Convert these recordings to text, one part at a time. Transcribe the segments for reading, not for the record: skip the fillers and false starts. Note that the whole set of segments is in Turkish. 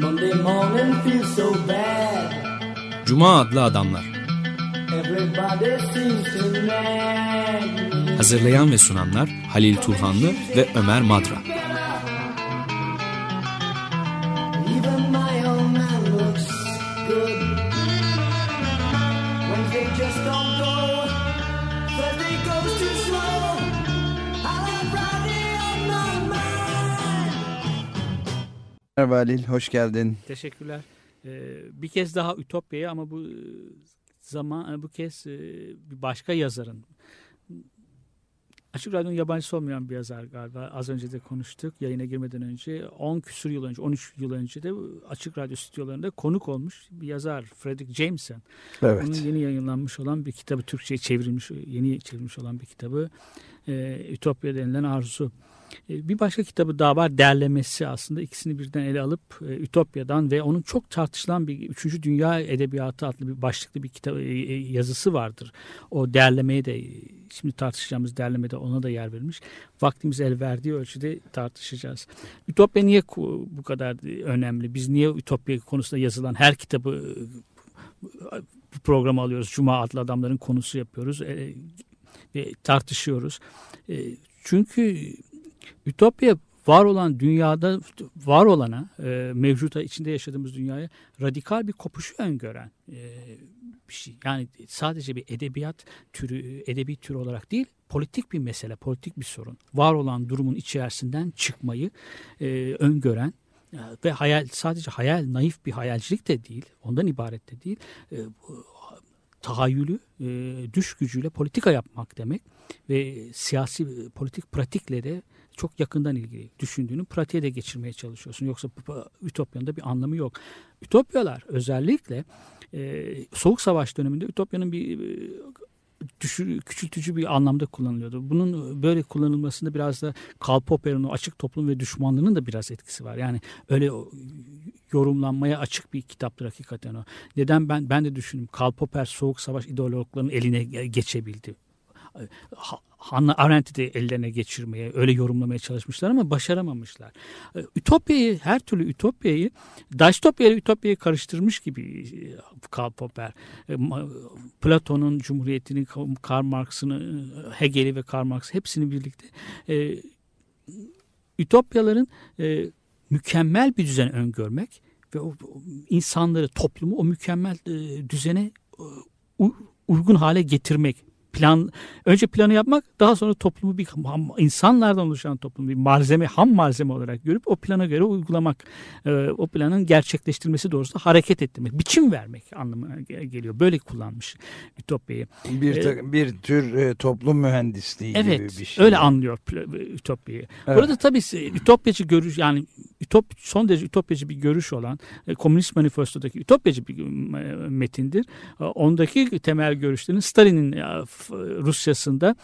Cuma adlı adamlar. Hazırlayan ve sunanlar Halil Turhanlı ve Ömer Madra. Merhaba Halil, hoş geldin. Teşekkürler. Bir kez daha Ütopya'ya ama bu kez bir başka yazarın. Açık Radyo'nun yabancısı olmayan bir yazar galiba. Az önce de konuştuk yayına girmeden önce. 10 küsur yıl önce, 13 yıl önce de Açık Radyo stüdyolarında konuk olmuş bir yazar Fredric Jameson. Evet. Onun yeni yayınlanmış olan bir kitabı, Türkçe'ye yeni çevrilmiş olan bir kitabı. Ütopya denilen arzu. Bir başka kitabı daha var, derlemesi aslında. İkisini birden ele alıp Ütopya'dan ve onun çok tartışılan bir 3. Dünya Edebiyatı adlı bir başlıklı bir kitap yazısı vardır. O derlemeye de, şimdi tartışacağımız derlemede ona da yer verilmiş. Vaktimiz el verdiği ölçüde tartışacağız. Ütopya niye bu kadar önemli? Biz niye Ütopya konusunda yazılan her kitabı bu programa alıyoruz? Cuma adlı adamların konusu yapıyoruz ve tartışıyoruz. Çünkü Ütopya var olan dünyada var olana, mevcuta içinde yaşadığımız dünyaya radikal bir kopuşu öngören bir şey. Yani sadece bir edebi tür olarak değil, politik bir mesele, politik bir sorun. Var olan durumun içerisinden çıkmayı öngören ve sadece naif bir hayalcilik de değil, ondan ibaret de değil. Tahayyülü, düş gücüyle politika yapmak demek ve siyasi politik pratikle de çok yakından ilgili düşündüğünü pratiğe de geçirmeye çalışıyorsun. Yoksa Ütopya'nın da bir anlamı yok. Ütopyalar özellikle Soğuk Savaş döneminde Ütopya'nın bir küçültücü bir anlamda kullanılıyordu. Bunun böyle kullanılmasında biraz da Karl Popper'in o açık toplum ve düşmanlığının da biraz etkisi var. Yani öyle yorumlanmaya açık bir kitaptır hakikaten o. Neden ben de düşündüm. Karl Popper Soğuk Savaş ideologlarının eline geçebildi. Hannah Arendt'i de ellerine geçirmeye, öyle yorumlamaya çalışmışlar ama başaramamışlar. Her türlü Ütopya'yı, distopya ile Ütopya'yı karıştırmış gibi Karl Popper. Platon'un Cumhuriyeti'ni, Karl Marx'ını, Hegel'i ve Karl Marx hepsini birlikte Ütopyaların mükemmel bir düzen öngörmek ve o insanları, toplumu o mükemmel düzene uygun hale getirmek. Önce planı yapmak, daha sonra toplumu bir insanlardan oluşan toplumu bir ham malzeme olarak görüp o plana göre uygulamak, o planın gerçekleştirilmesi doğrusunda hareket ettirmek, biçim vermek anlamına geliyor. Böyle kullanmış Ütopya'yı. Bir tür toplum mühendisliği gibi bir şey. Öyle anlıyor Ütopya'yı. Evet. Burada tabii ütopyacı görüş, yani son derece ütopyacı bir görüş olan Komünist Manifesto'daki ütopyacı bir metindir. Ondaki temel görüşlerin Stalin'in Rusya'sında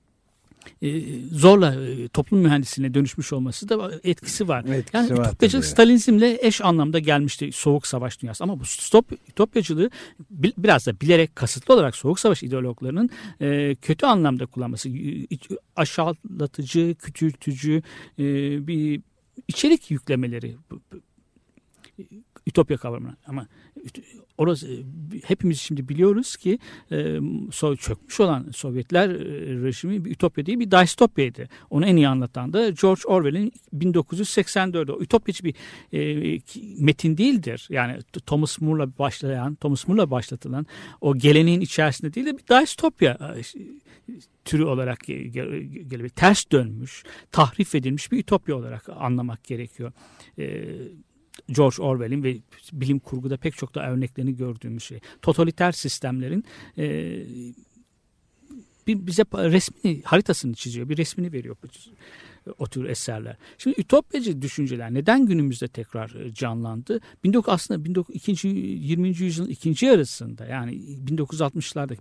zorla toplum mühendisliğine dönüşmüş olması da etkisi var. Yani ütopyacılık Stalinizmle eş anlamda gelmişti Soğuk Savaş dünyası. Ama bu ütopyacılığı biraz da bilerek, kasıtlı olarak Soğuk Savaş ideologlarının kötü anlamda kullanması, aşağılatıcı, küçültücü bir içerik yüklemeleri Ütopya kavramına. Ama orası, hepimiz şimdi biliyoruz ki çökmüş olan Sovyetler rejimi bir ütopya değil, bir distopyaydı. Onu en iyi anlatan da George Orwell'in 1984'ü. O ütopyacı bir metin değildir. Yani Thomas More'la başlatılan o geleneğin içerisinde değil de bir distopya türü olarak gelebilir. Ters dönmüş, tahrif edilmiş bir ütopya olarak anlamak gerekiyor. George Orwell'in ve bilim kurguda pek çok da örneklerini gördüğümüz şey. Totaliter sistemlerin bize haritasını çiziyor, bir resmini veriyor o tür eserler. Şimdi ütopyacı düşünceler neden günümüzde tekrar canlandı? Aslında 20. yüzyılın ikinci yarısında, yani 1960'lardaki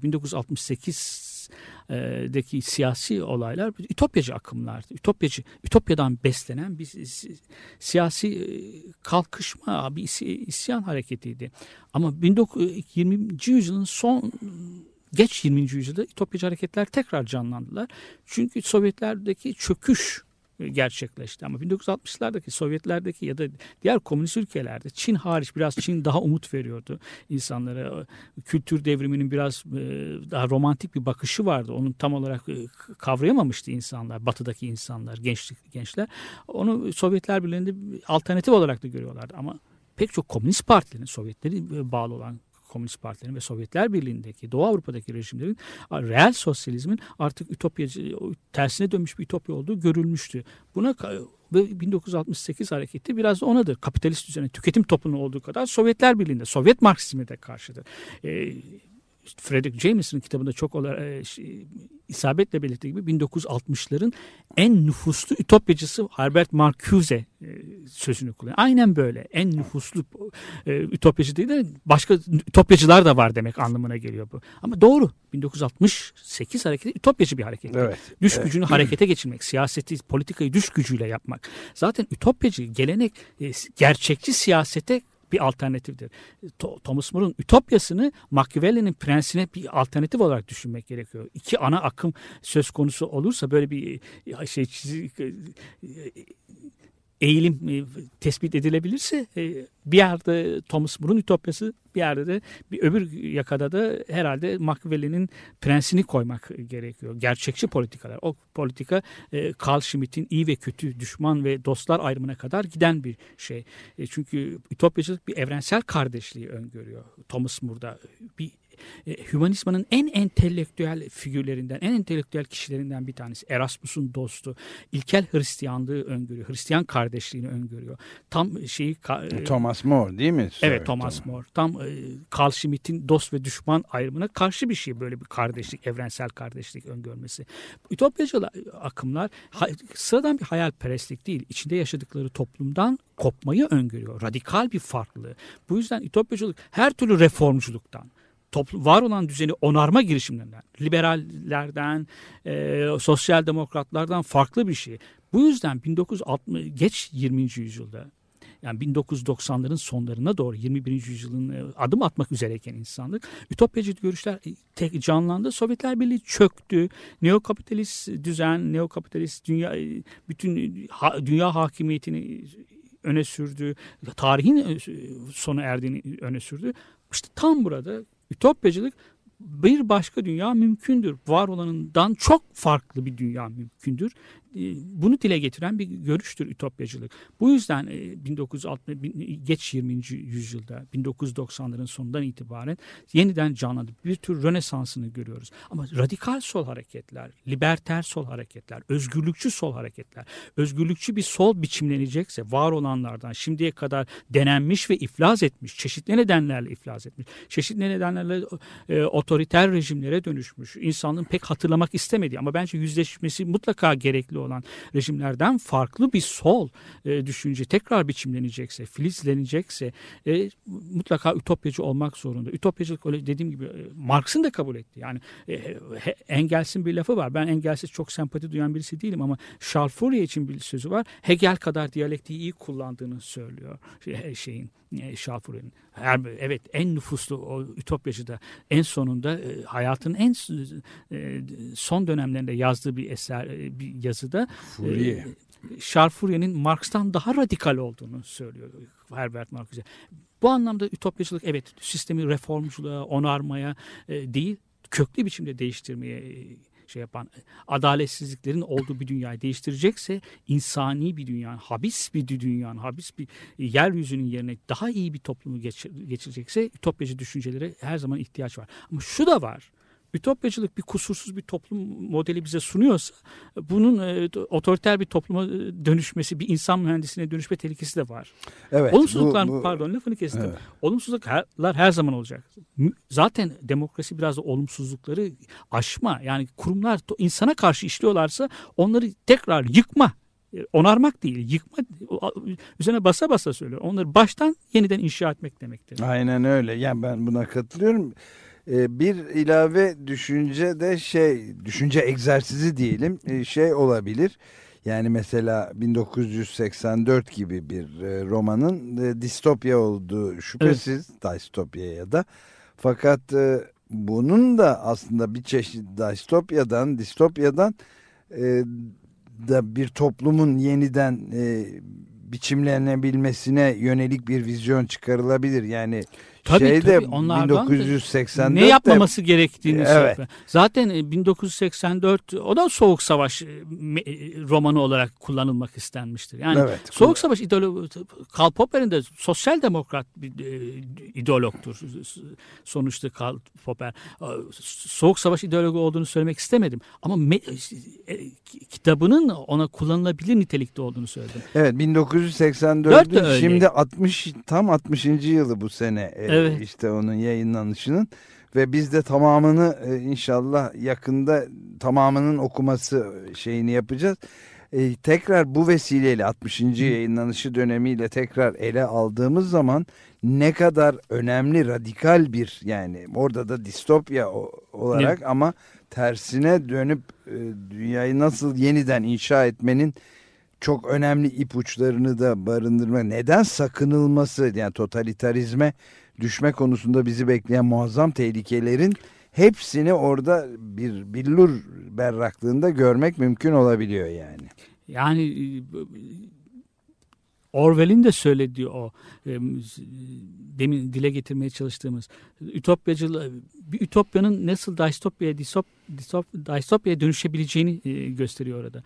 1968'deki siyasi olaylar ütopyacı akımlardı. Ütopyadan beslenen bir siyasi kalkışma, bir isyan hareketiydi. Ama 20. yüzyılın geç 20. yüzyılda ütopyacı hareketler tekrar canlandılar. Çünkü Sovyetlerdeki çöküş gerçekleşti. Ama 1960'lardaki Sovyetlerdeki ya da diğer komünist ülkelerde, Çin hariç, biraz Çin daha umut veriyordu insanlara. Kültür devriminin biraz daha romantik bir bakışı vardı. Onu tam olarak kavrayamamıştı insanlar, batıdaki insanlar, gençler. Onu Sovyetler Birliği'nde alternatif olarak da görüyorlardı. Ama pek çok komünist partilerin, Sovyetleri bağlı olan komünist partilerin ve Sovyetler Birliği'ndeki, Doğu Avrupa'daki rejimlerin reel sosyalizmin artık ütopyacı, tersine dönmüş bir ütopya olduğu görülmüştü. Buna ve 1968 hareketi biraz da onadır. Kapitalist düzene, tüketim toplumu olduğu kadar Sovyetler Birliği'nde, Sovyet Marksizmi de karşıdır. Frederick Jameson'ın kitabında çok isabetle belirttiği gibi 1960'ların en nüfuslu ütopyacısı Herbert Marcuse sözünü kullanıyor. Aynen böyle. En nüfuslu ütopyacı değil de başka ütopyacılar da var demek anlamına geliyor bu. Ama doğru. 1968 hareketi ütopyacı bir hareket. Evet. Düş gücünü harekete geçirmek, siyaseti, politikayı düş gücüyle yapmak. Zaten ütopyacı gelenek gerçekçi siyasete bir alternatifdir. Thomas More'un Ütopyasını Machiavelli'nin Prensine bir alternatif olarak düşünmek gerekiyor. İki ana akım söz konusu olursa böyle bir eğilim tespit edilebilirse bir yerde Thomas More'un Ütopyası, bir yerde de bir öbür yakada da herhalde Machiavelli'nin Prensini koymak gerekiyor. Gerçekçi politikalar. O politika Carl Schmitt'in iyi ve kötü, düşman ve dostlar ayrımına kadar giden bir şey. Çünkü ütopyacılık bir evrensel kardeşliği öngörüyor. Thomas More'da bir hümanizmanın en entelektüel figürlerinden, en entelektüel kişilerinden bir tanesi. Erasmus'un dostu. İlkel Hristiyanlığı öngörüyor. Hristiyan kardeşliğini öngörüyor. Tam şeyi Thomas More değil mi? Evet, Thomas More. Tam Carl Schmitt'in dost ve düşman ayrımına karşı bir şey, böyle bir kardeşlik, evrensel kardeşlik öngörmesi. Ütopyacı akımlar sıradan bir hayalperestlik değil. İçinde yaşadıkları toplumdan kopmayı öngörüyor. Radikal bir farklılığı. Bu yüzden ütopyacılık her türlü reformculuktan, var olan düzeni onarma girişimlerinden, liberallerden, sosyal demokratlardan farklı bir şey. Bu yüzden 1960 geç 20. yüzyılda, yani 1990'ların sonlarına doğru 21. yüzyılın adım atmak üzereyken insanlık, ütopyacı görüşler canlandı. Sovyetler Birliği çöktü. Neokapitalist düzen, neokapitalist dünya, bütün dünya hakimiyetini öne sürdü. Tarihin sona erdiğini öne sürdü. İşte tam burada ütopyacılık, bir başka dünya mümkündür. Var olanından çok farklı bir dünya mümkündür. Bunu dile getiren bir görüştür ütopyacılık. Bu yüzden 1960 geç 20. yüzyılda 1990'ların sonundan itibaren yeniden canlandı. Bir tür Rönesans'ını görüyoruz. Ama radikal sol hareketler, liberter sol hareketler, özgürlükçü sol hareketler, özgürlükçü bir sol biçimlenecekse var olanlardan şimdiye kadar denenmiş ve iflas etmiş, çeşitli nedenlerle iflas etmiş, çeşitli nedenlerle otoriter rejimlere dönüşmüş, insanlığın pek hatırlamak istemediği ama bence yüzleşmesi mutlaka gerekli olan rejimlerden farklı bir sol düşünce tekrar biçimlenecekse, filizlenecekse mutlaka ütopyacı olmak zorunda. Ütopyacılık, öyle dediğim gibi Marx'ın da kabul etti. Yani Engels'in bir lafı var. Ben Engels'e çok sempati duyan birisi değilim ama Charles Fourier için bir sözü var. Hegel kadar diyalektiği iyi kullandığını söylüyor Charles Fourier'in. Evet, en nüfuslu o ütopyacı da en sonunda hayatın en son dönemlerinde yazdığı bir eser, bir yazıda Charles Fourier'in Marx'tan daha radikal olduğunu söylüyor Herbert Marcuse. Bu anlamda ütopyacılık evet sistemi reformculuğa, onarmaya değil, köklü biçimde değiştirmeye yapan, adaletsizliklerin olduğu bir dünyayı değiştirecekse, insani bir dünyanın, habis bir dünyanın, habis bir yeryüzünün yerine daha iyi bir toplumu geçirecekse ütopyacı düşüncelere her zaman ihtiyaç var. Ama şu da var. Ütopyacılık bir kusursuz bir toplum modeli bize sunuyorsa bunun otoriter bir topluma dönüşmesi, bir insan mühendisliğine dönüşme tehlikesi de var. Evet, olumsuzluklar, pardon lafını kestim. Evet. Olumsuzluklar her zaman olacak. Zaten demokrasi biraz da olumsuzlukları aşma. Yani kurumlar insana karşı işliyorlarsa onları tekrar yıkma. Onarmak değil, yıkma, üzerine basa basa söylüyor. Onları baştan yeniden inşa etmek demektir. Aynen öyle. Yani ben buna katılıyorum. Bir ilave düşünce de düşünce egzersizi diyelim olabilir. Yani mesela 1984 gibi bir romanın distopya olduğu şüphesiz, evet. Distopya ya da. Fakat bunun da aslında bir çeşit distopyadan da bir toplumun yeniden biçimlenebilmesine yönelik bir vizyon çıkarılabilir. Yani tabii 1984'te ne yapmaması gerektiğini evet. söylüyor. Zaten 1984 o da Soğuk Savaş romanı olarak kullanılmak istenmiştir. Yani evet, Soğuk Savaş ideoloğu Karl Popper'in de sosyal demokrat bir ideologtur. Sonuçta Karl Popper Soğuk Savaş ideologu olduğunu söylemek istemedim. Ama kitabının ona kullanılabilir nitelikte olduğunu söyledim. Evet, 1984'ün şimdi 60. yılı bu sene. Evet. İşte onun yayınlanışının ve biz de tamamını inşallah yakında tamamının okuması şeyini yapacağız. Tekrar bu vesileyle 60. yayınlanışı dönemiyle tekrar ele aldığımız zaman ne kadar önemli, radikal bir, yani orada da distopya olarak ama tersine dönüp dünyayı nasıl yeniden inşa etmenin çok önemli ipuçlarını da barındırma, neden sakınılması, yani totalitarizme düşme konusunda bizi bekleyen muazzam tehlikelerin hepsini orada bir billur berraklığında görmek mümkün olabiliyor yani. Yani Orwell'in de söylediği o demin dile getirmeye çalıştığımız bir ütopyanın nasıl distopyaya dönüşebileceğini gösteriyor orada.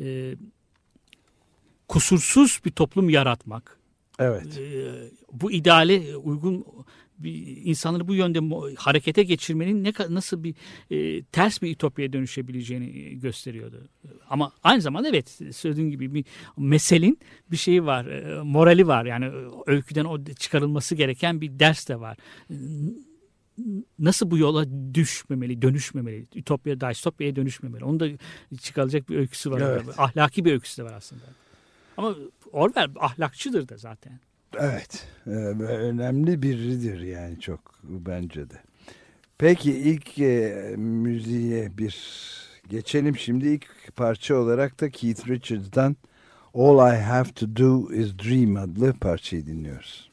Kusursuz bir toplum yaratmak. Evet. Bu ideale uygun insanları bu yönde harekete geçirmenin nasıl bir ters bir ütopyaya dönüşebileceğini gösteriyordu. Ama aynı zamanda evet, söylediğim gibi bir meselin bir şeyi var, morali var. Yani öyküden o çıkarılması gereken bir ders de var. Nasıl bu yola dönüşmemeli, distopyaya dönüşmemeli. Onun da çıkarılacak bir öyküsü var. Evet. Ahlaki bir öyküsü de var aslında. Ama Orwell ahlakçıdır da zaten. Evet. Önemli biridir yani, çok bence de. Peki ilk müziğe bir geçelim şimdi. İlk parça olarak da Keith Richards'dan All I Have to Do Is Dream adlı parçayı dinliyoruz.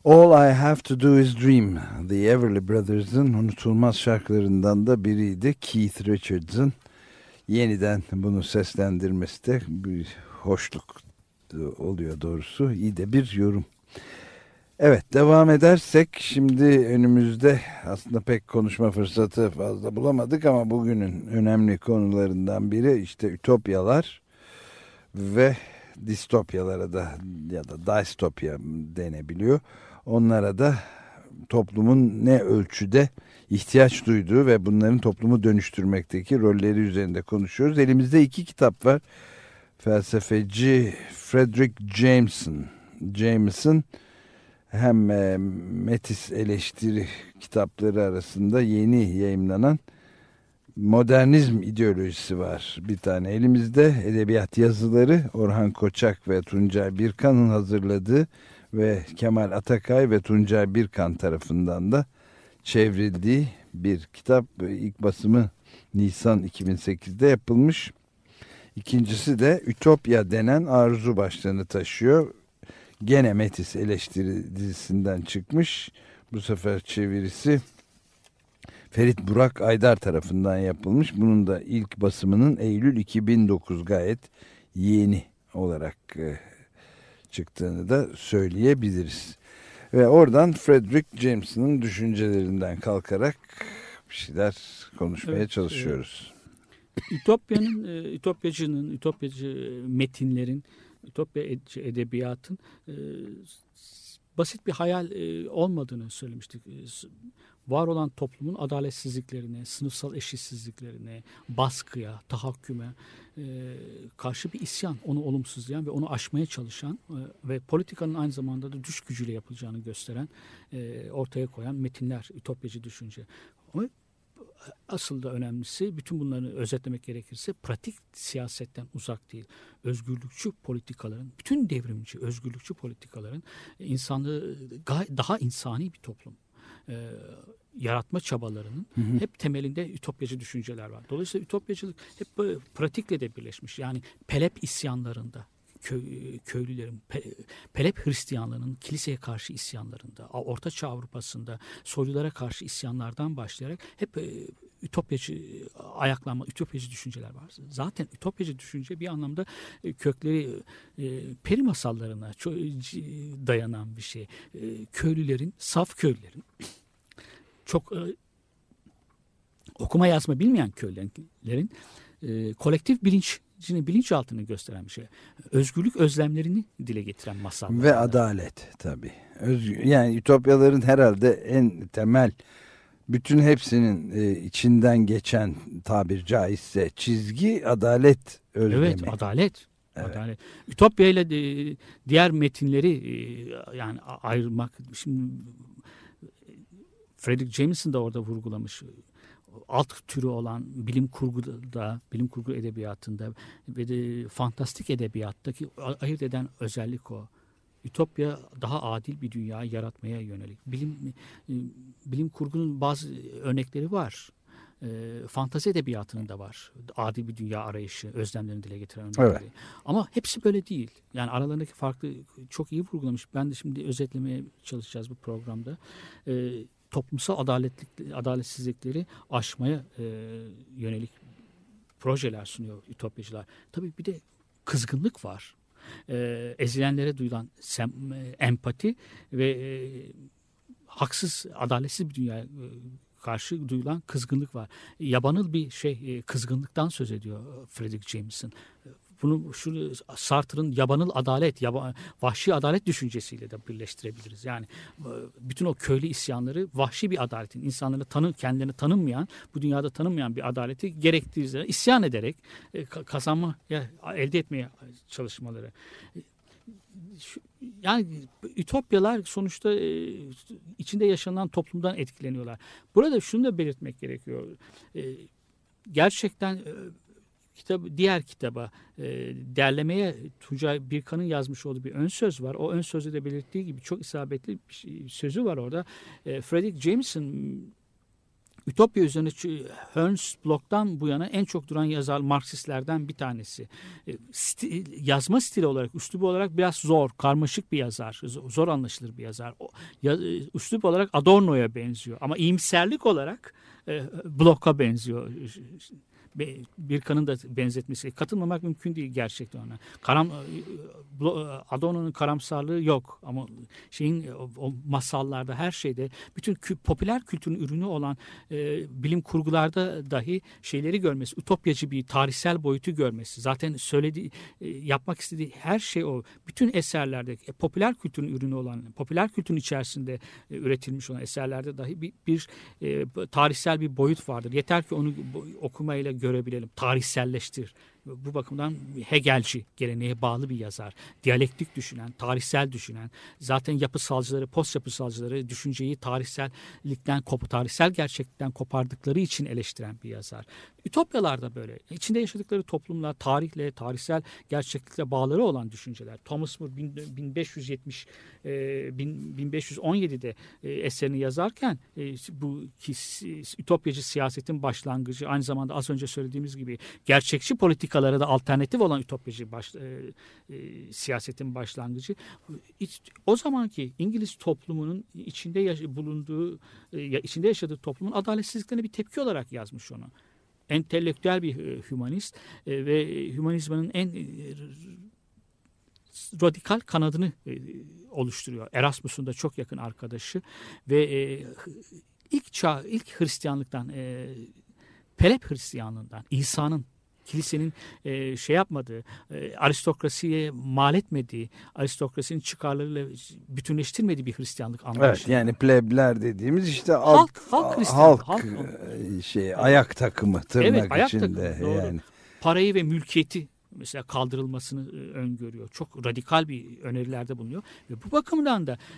All I Have to Do Is Dream, The Everly Brothers'ın unutulmaz şarkılarından da biriydi. Keith Richards'ın yeniden bunu seslendirmesi de bir hoşluk oluyor doğrusu. İyi de bir yorum. Evet, devam edersek şimdi önümüzde aslında pek konuşma fırsatı fazla bulamadık ama bugünün önemli konularından biri işte ütopyalar ve distopyalara da ya da distopya denebiliyor. Onlara da toplumun ne ölçüde ihtiyaç duyduğu ve bunların toplumu dönüştürmekteki rolleri üzerinde konuşuyoruz. Elimizde 2 kitap var. Felsefeci Fredric Jameson hem Metis eleştiri kitapları arasında yeni yayımlanan modernizm ideolojisi var. Bir tane elimizde edebiyat yazıları Orhan Koçak ve Tuncay Birkan'ın hazırladığı ve Kemal Atakay ve Tuncay Birkan tarafından da çevrildiği bir kitap. İlk basımı Nisan 2008'de yapılmış. İkincisi de Ütopya denen arzu başlığını taşıyor. Gene Metis eleştiri dizisinden çıkmış. Bu sefer çevirisi Ferit Burak Aydar tarafından yapılmış. Bunun da ilk basımının Eylül 2009 gayet yeni olarak çıktığını da söyleyebiliriz. Ve oradan Fredric Jameson'ın düşüncelerinden kalkarak bir şeyler konuşmaya çalışıyoruz. Ütopyacı metinlerin, ütopyacı edebiyatın basit bir hayal olmadığını söylemiştik. Var olan toplumun adaletsizliklerine, sınıfsal eşitsizliklerine, baskıya, tahakküme karşı bir isyan, onu olumsuzlayan ve onu aşmaya çalışan ve politikanın aynı zamanda da düş gücüyle yapılacağını gösteren, ortaya koyan metinler, ütopyacı düşünce. Ama asıl da önemlisi, bütün bunları özetlemek gerekirse, pratik siyasetten uzak değil. Özgürlükçü politikaların, bütün devrimci, özgürlükçü politikaların insanlığı daha insani bir toplum yaratma çabalarının hep temelinde ütopyacı düşünceler var. Dolayısıyla ütopyacılık hep böyle pratikle de birleşmiş. Yani Pelep isyanlarında, köylülerin, Pelep Hristiyanlığının kiliseye karşı isyanlarında, Orta Çağ Avrupa'sında soylulara karşı isyanlardan başlayarak hep ütopyacı ayaklanma, ütopyacı düşünceler var. Zaten ütopyacı düşünce bir anlamda kökleri peri masallarına dayanan bir şey. Köylülerin, saf köylülerin, çok okuma yazma bilmeyen köylülerin kolektif bilinçaltını gösteren bir şey. Özgürlük özlemlerini dile getiren masallar. Ve adalet tabii. Yani ütopyaların herhalde en temel, bütün hepsinin içinden geçen, tabir caizse, çizgi adalet özlemi. Evet, adalet. Evet. Adalet. Ütopya ile diğer metinleri yani ayırmak, şimdi Fredric Jameson da orada vurgulamış. Alt türü olan bilim kurgu edebiyatında ve de fantastik edebiyattaki ayırt eden özellik o. Ütopya daha adil bir dünya yaratmaya yönelik. Bilim kurgunun bazı örnekleri var. Fantezi edebiyatının da var. Adil bir dünya arayışı, özlemlerini dile getiren örnekleri. Evet. Ama hepsi böyle değil. Yani aralarındaki farklı çok iyi vurgulamış. Ben de şimdi özetlemeye çalışacağız bu programda. Toplumsal adaletsizlikleri aşmaya yönelik projeler sunuyor ütopyacılar. Tabii bir de kızgınlık var. Ezilenlere duyulan empati ve haksız, adaletsiz bir dünyaya karşı duyulan kızgınlık var. Yabanıl bir kızgınlıktan söz ediyor Fredric Jameson. Bunu Sartre'ın yabanıl adalet, vahşi adalet düşüncesiyle de birleştirebiliriz. Yani bütün o köylü isyanları vahşi bir adaletin, insanları kendilerini tanınmayan, bu dünyada tanınmayan bir adaleti gerektiği zaman isyan ederek elde etmeye çalışmaları. Yani ütopyalar sonuçta içinde yaşanan toplumdan etkileniyorlar. Burada şunu da belirtmek gerekiyor. Gerçekten diğer kitaba derlemeye Tuncay Birkan'ın yazmış olduğu bir ön söz var. O ön sözde de belirttiği gibi çok isabetli bir sözü var orada. Fredric Jameson Ütopya üzerine Ernst Bloch'tan bu yana en çok duran yazar Marksistlerden bir tanesi. Yazma stili olarak, üslubu olarak biraz zor, karmaşık bir yazar. Zor anlaşılır bir yazar. Üslup olarak Adorno'ya benziyor. Ama iyimserlik olarak Bloch'a benziyor. Birkan'ın da benzetmesi. Katılmamak mümkün değil gerçekten ona. Adorno'nun karamsarlığı yok ama o masallarda, her şeyde, bütün popüler kültürün ürünü olan bilim kurgularda dahi şeyleri görmesi, ütopyacı bir tarihsel boyutu görmesi. Zaten yapmak istediği her şey o. Bütün eserlerde popüler kültürün ürünü olan, popüler kültürün içerisinde üretilmiş olan eserlerde dahi bir tarihsel bir boyut vardır. Yeter ki onu okumayla görebilelim. Tarihselleştir. Bu bakımdan Hegelci geleneğe bağlı bir yazar. Diyalektik düşünen, tarihsel düşünen, zaten yapısalcıları, post yapısalcıları düşünceyi tarihsel gerçeklikten kopardıkları için eleştiren bir yazar. Ütopyalar da böyle. İçinde yaşadıkları toplumla, tarihle, tarihsel gerçeklikle bağları olan düşünceler. Thomas More 1517'de eserini yazarken bu ütopyacı siyasetin başlangıcı, aynı zamanda az önce söylediğimiz gibi gerçekçi politikalara da alternatif olan ütopyacı siyasetin başlangıcı. O zamanki İngiliz toplumunun içinde yaşadığı toplumun adaletsizliklerine bir tepki olarak yazmış onu. Entelektüel bir hümanist ve hümanizmanın en radikal kanadını oluşturuyor. Erasmus'un da çok yakın arkadaşı ve ilk Hristiyanlıktan, Pelep Hristiyanlığından, İsa'nın, kilisenin yapmadığı, aristokrasiye mal etmediği, aristokrasinin çıkarlarıyla bütünleştirmediği bir Hristiyanlık anlayışı. Evet, yani plebler dediğimiz işte halk ayak takımı tırnak ayak içinde. Takımı, doğru. Yani. Parayı ve mülkiyeti mesela kaldırılmasını öngörüyor. Çok radikal bir önerilerde bulunuyor. Ve bu bakımdan da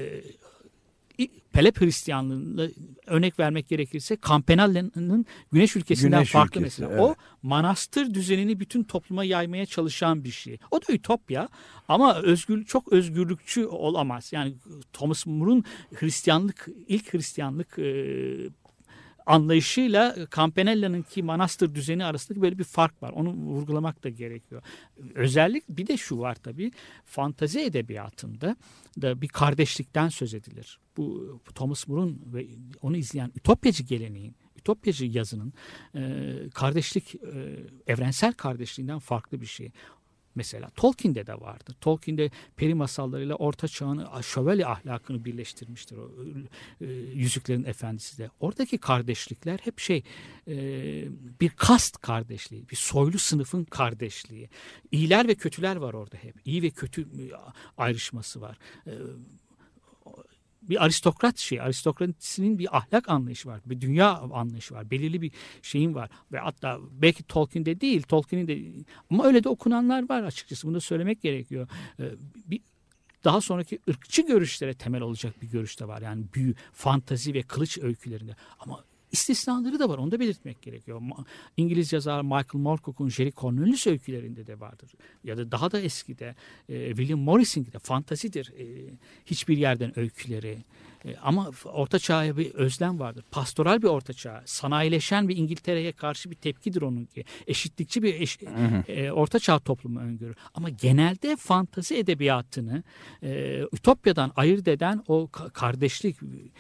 Pelep Hristiyanlığı'na örnek vermek gerekirse Campanella'nın Güneş ülkesinden farklı mesela. Evet. O manastır düzenini bütün topluma yaymaya çalışan bir şey. O da ütopya ama çok özgürlükçü olamaz. Yani Thomas More'un ilk Hristiyanlık anlayışıyla Campanella'nınki manastır düzeni arasındaki böyle bir fark var. Onu vurgulamak da gerekiyor. Özellikle bir de şu var tabii. Fantazi edebiyatında da bir kardeşlikten söz edilir. Bu Thomas More'un ve onu izleyen ütopyacı geleneğin, ütopyacı yazının kardeşlik, evrensel kardeşliğinden farklı bir şey. Mesela Tolkien'de de vardır. Tolkien'de peri masallarıyla Orta Çağ'ın şövalye ahlakını birleştirmiştir. O Yüzüklerin Efendisi de. Oradaki kardeşlikler hep bir kast kardeşliği, bir soylu sınıfın kardeşliği. İyiler ve kötüler var orada hep. İyi ve kötü ayrışması var. Bir aristokrasinin bir ahlak anlayışı var, bir dünya anlayışı var, belirli bir şeyin var ve hatta belki Tolkien'de değil, Tolkien'in de ama öyle de okunanlar var açıkçası. Bunu da söylemek gerekiyor. Bir daha sonraki ırkçı görüşlere temel olacak bir görüş de var. Yani büyü, fantazi ve kılıç öykülerinde. Ama istisnaları da var. Onu da belirtmek gerekiyor. İngiliz yazar Michael Moorcock'un Jerry Cornelius öykülerinde de vardır. Ya da daha da eskide William Morris'in de fantazidir. Hiçbir yerden öyküleri. Ama Orta Çağ'a bir özlem vardır. Pastoral bir Orta Çağ. Sanayileşen bir İngiltere'ye karşı bir tepkidir onunki. Eşitlikçi bir Orta Çağ toplumu öngörür. Ama genelde fantazi edebiyatını Ütopya'dan ayırt eden o kardeşlik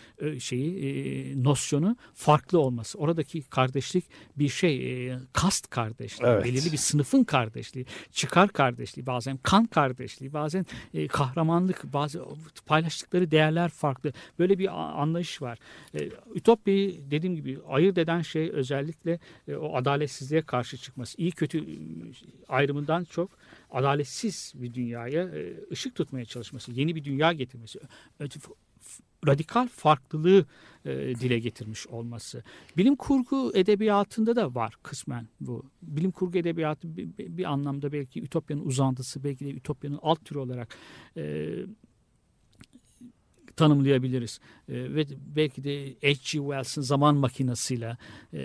nosyonu farklı olması. Oradaki kardeşlik bir kast kardeşliği, evet. Belirli bir sınıfın kardeşliği, çıkar kardeşliği, bazen kan kardeşliği, bazen kahramanlık, bazı paylaştıkları değerler farklı. Böyle bir anlayış var. Ütopya'yı dediğim gibi ayırt eden şey özellikle o adaletsizliğe karşı çıkması. İyi kötü ayrımından çok adaletsiz bir dünyaya ışık tutmaya çalışması, yeni bir dünya getirmesi, radikal farklılığı dile getirmiş olması. Bilim kurgu edebiyatında da var kısmen bu. Bilim kurgu edebiyatı bir anlamda belki Ütopya'nın uzantısı, belki de Ütopya'nın alt türü olarak tanımlayabiliriz. Ve belki de H.G. Wells'ın zaman makinasıyla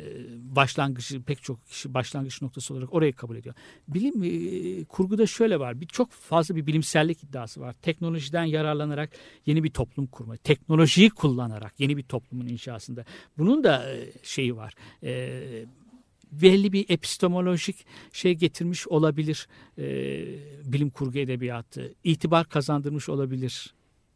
pek çok kişi başlangıç noktası olarak orayı kabul ediyor. Bilim kurguda şöyle var. Çok fazla bir bilimsellik iddiası var. Teknolojiden yararlanarak yeni bir toplum kurma. Teknolojiyi kullanarak yeni bir toplumun inşasında. Bunun da şeyi var. Belli bir epistemolojik şey getirmiş olabilir. Bilim kurgu edebiyatı. İtibar kazandırmış olabilir.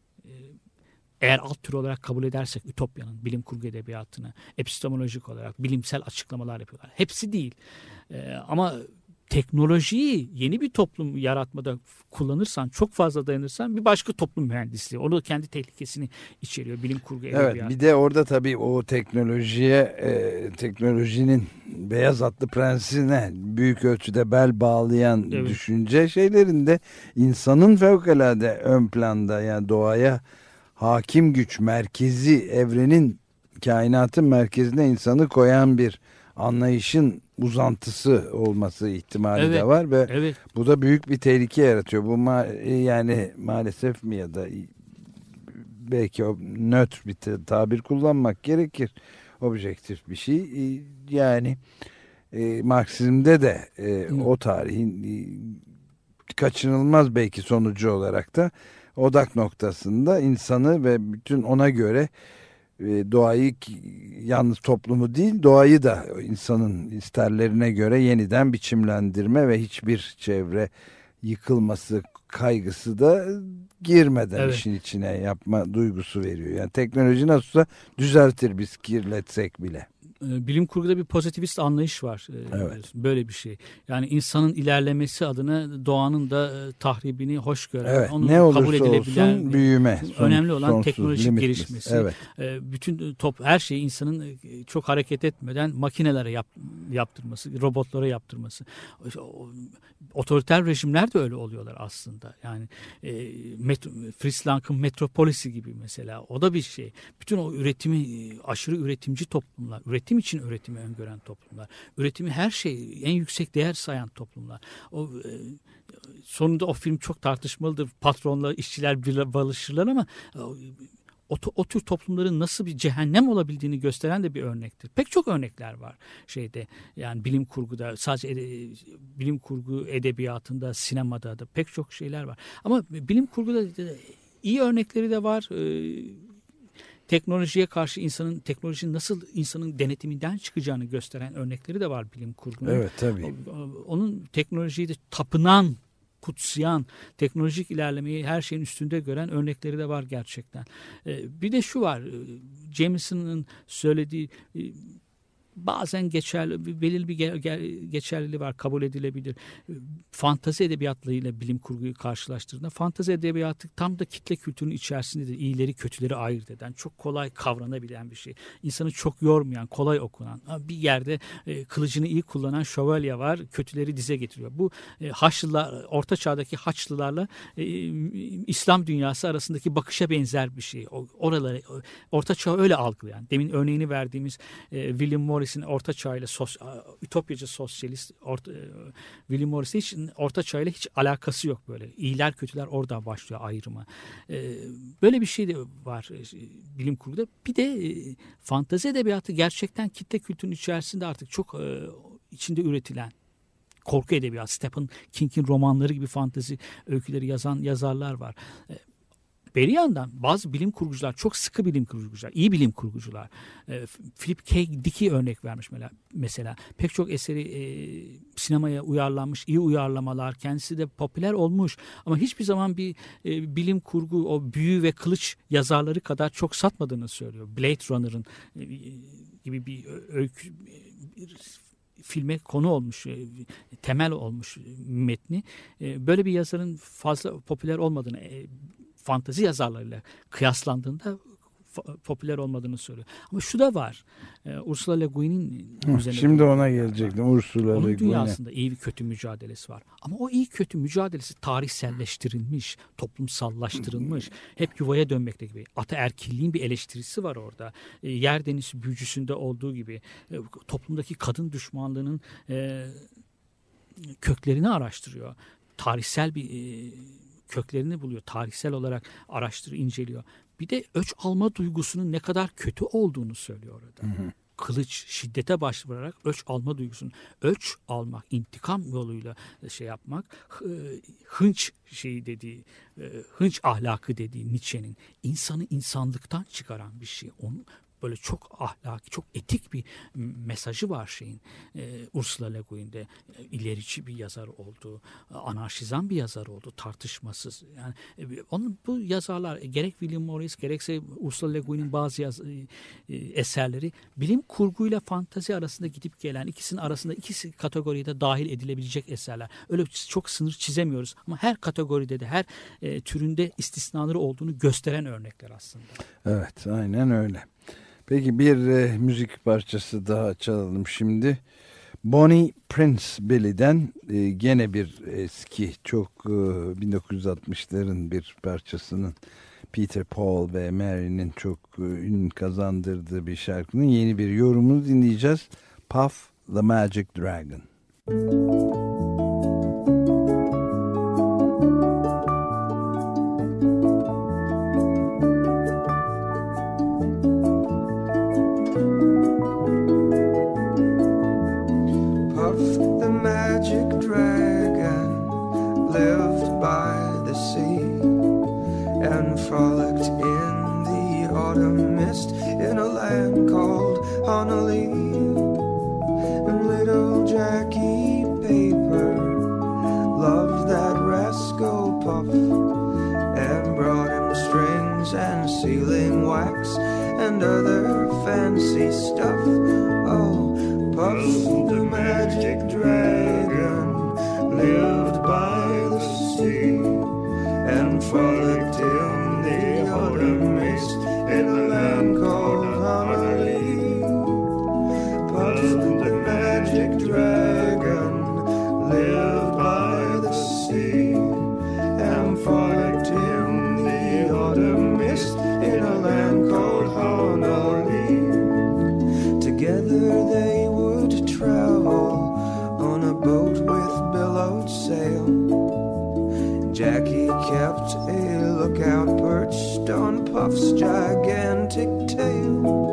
Eğer alt tür olarak kabul edersek Ütopya'nın bilim kurgu edebiyatını epistemolojik olarak bilimsel açıklamalar yapıyorlar. Hepsi değil. Ama teknolojiyi yeni bir toplum yaratmada kullanırsan, çok fazla dayanırsan bir başka toplum mühendisliği. O da kendi tehlikesini içeriyor bilim kurgu edebiyatı. Evet, bir de orada tabii o teknolojinin beyaz atlı prensine büyük ölçüde bel bağlayan düşünce şeylerinde insanın fevkalade ön planda, yani doğaya hakim güç, merkezi, evrenin, kainatın merkezine insanı koyan bir anlayışın uzantısı olması ihtimali de var ve bu da büyük bir tehlike yaratıyor. Bu yani maalesef mi ya da belki o nötr bir tabir kullanmak gerekir. Objektif bir şey. Yani Marksizm'de de o tarihin kaçınılmaz belki sonucu olarak da odak noktasında insanı ve bütün ona göre doğayı, yalnız toplumu değil doğayı da insanın isterlerine göre yeniden biçimlendirme ve hiçbir çevre yıkılması kaygısı da girmeden işin içine yapma duygusu veriyor. Yani teknoloji nasılsa düzeltir biz kirletsek bile. Bilim kurguda bir pozitivist anlayış var. Böyle bir şey. Yani insanın ilerlemesi adına doğanın da tahribini hoş gören, onu ne olursa kabul edilebilen, olsun büyüme. Önemli olan sonsuz, teknolojik gelişmesi. Bütün her şeyi insanın çok hareket etmeden makinelere yaptırması, robotlara yaptırması. Otoriter rejimler de öyle oluyorlar aslında. Yani Fritz Lang'ın Metropolis'i gibi mesela. O da bir şey. Bütün o üretimi, aşırı üretimci toplumlar, üretim için üretimi öngören toplumlar, üretimi her şey en yüksek değer sayan toplumlar. Sonunda o film çok tartışmalıdır. Patronla işçiler barışırlar ama o tür toplumların nasıl bir cehennem olabildiğini gösteren de bir örnektir. Pek çok örnekler var yani bilim kurguda, sadece bilim kurgu edebiyatında, sinemada da pek çok şeyler var. Ama bilim kurguda iyi örnekleri de var. Teknolojiye karşı teknolojinin nasıl insanın denetiminden çıkacağını gösteren örnekleri de var bilim kurgunun. Evet, tabii. Onun teknolojiyi de tapınan, kutsayan, teknolojik ilerlemeyi her şeyin üstünde gören örnekleri de var gerçekten. Bir de şu var, Jameson'ın söylediği bazen belirli bir geçerliliği var, kabul edilebilir. Fantazi edebiyatlarıyla bilim kurguyu karşılaştırdığında fantazi edebiyatı tam da kitle kültürünün içerisindedir. İyileri kötüleri ayırt eden, çok kolay kavranabilen bir şey. İnsanı çok yormayan, kolay okunan. Bir yerde kılıcını iyi kullanan şövalye var, kötüleri dize getiriyor. Bu Haçlılar, Orta Çağ'daki Haçlılarla İslam dünyası arasındaki bakışa benzer bir şey. Oraları Orta Çağ'ı öyle algılayan. Demin örneğini verdiğimiz William Morris'in Orta Çağ ile ütopyacı sosyalist William Morris'in hiç Orta Çağ ile hiç alakası yok böyle. İyiler kötüler oradan başlıyor ayrımı. Böyle bir şey de var bilim kurguda. Bir de fantezi edebiyatı gerçekten kitle kültürünün içerisinde artık çok içinde üretilen korku edebiyatı. Stephen King'in romanları gibi fantezi öyküleri yazan yazarlar var. Bir yandan bazı bilim kurgucular, çok sıkı bilim kurgucular, iyi bilim kurgucular, Philip K. Dick'i örnek vermiş mesela. Pek çok eseri sinemaya uyarlanmış, iyi uyarlamalar, kendisi de popüler olmuş. Ama hiçbir zaman bir bilim kurgu, o büyü ve kılıç yazarları kadar çok satmadığını söylüyor. Blade Runner'ın gibi bir öykü, filme konu olmuş, temel olmuş metni. Böyle bir yazarın fazla popüler olmadığını, fantazi yazarlarıyla kıyaslandığında popüler olmadığını söylüyor. Ama şu da var. Ursula Le Guin'in üzerine... Şimdi ona gelecektim. Ursula Le Guin. Onun dünyasında iyi bir kötü mücadelesi var. Ama o iyi kötü mücadelesi tarihselleştirilmiş, toplumsallaştırılmış. Hep yuvaya dönmekte gibi. Ataerkilliğin bir eleştirisi var orada. Yer deniz büyücüsünde olduğu gibi. Toplumdaki kadın düşmanlığının köklerini araştırıyor. Tarihsel bir köklerini buluyor. Tarihsel olarak araştırıyor, inceliyor. Bir de öç alma duygusunun ne kadar kötü olduğunu söylüyor orada. Kılıç, şiddete başvurarak öç alma duygusunun. Öç almak, intikam yoluyla yapmak, hınç dediği, hınç ahlakı dediği Nietzsche'nin insanı insanlıktan çıkaran bir şey. Onun böyle çok ahlaki, çok etik bir mesajı var Ursula Le Guin'de. İlerici bir yazar oldu, anarşizan bir yazar oldu, tartışmasız. Yani onun bu yazarlar, gerek William Morris gerekse Ursula Le Guin'in bazı eserleri bilim kurguyla fantazi arasında gidip gelen, ikisinin arasında ikisi kategoriye de dahil edilebilecek eserler. Öyle çok sınır çizemiyoruz ama her kategoride de her türünde istisnaları olduğunu gösteren örnekler aslında. Evet, aynen öyle. Peki bir müzik parçası daha çalalım şimdi. Bonnie Prince Billy'den gene bir eski, çok 1960'ların bir parçasının, Peter, Paul ve Mary'nin çok ün kazandırdığı bir şarkının yeni bir yorumunu dinleyeceğiz. Puff the Magic Dragon. Frolicked in the autumn mist in a land called Honolulu. And little Jackie Paper loved that rascal Puff, and brought him strings and sealing wax and other fancy stuff. Oh, Puff the magic dragon lived by the sea and frolicked in the autumn mist in a land called Honolulu. Puff the magic dragon lived by the sea and frolicked in the autumn mist in a land called Honolulu. Together they would travel on a boat with billowed sail. Jackie kept a lookout perched on Puff's gigantic tail.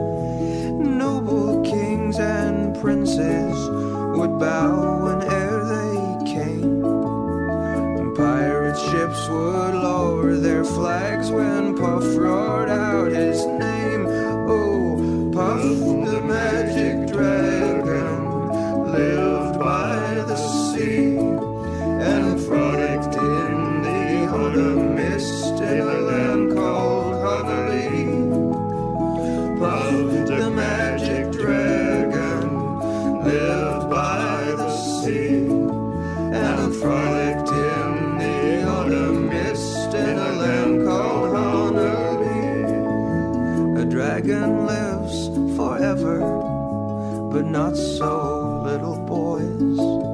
Noble kings and princes would bow whene'er they came. Pirate ships would lower their flags when Puff roared out his name. Oh, Puff the magic dragon lived by the sea and frolicked in the autumn mist in a land called Honolulu. Puff the magic dragon lived by the sea and frolicked in the autumn mist in a land called Honolulu. A dragon lives forever, but not so little boys.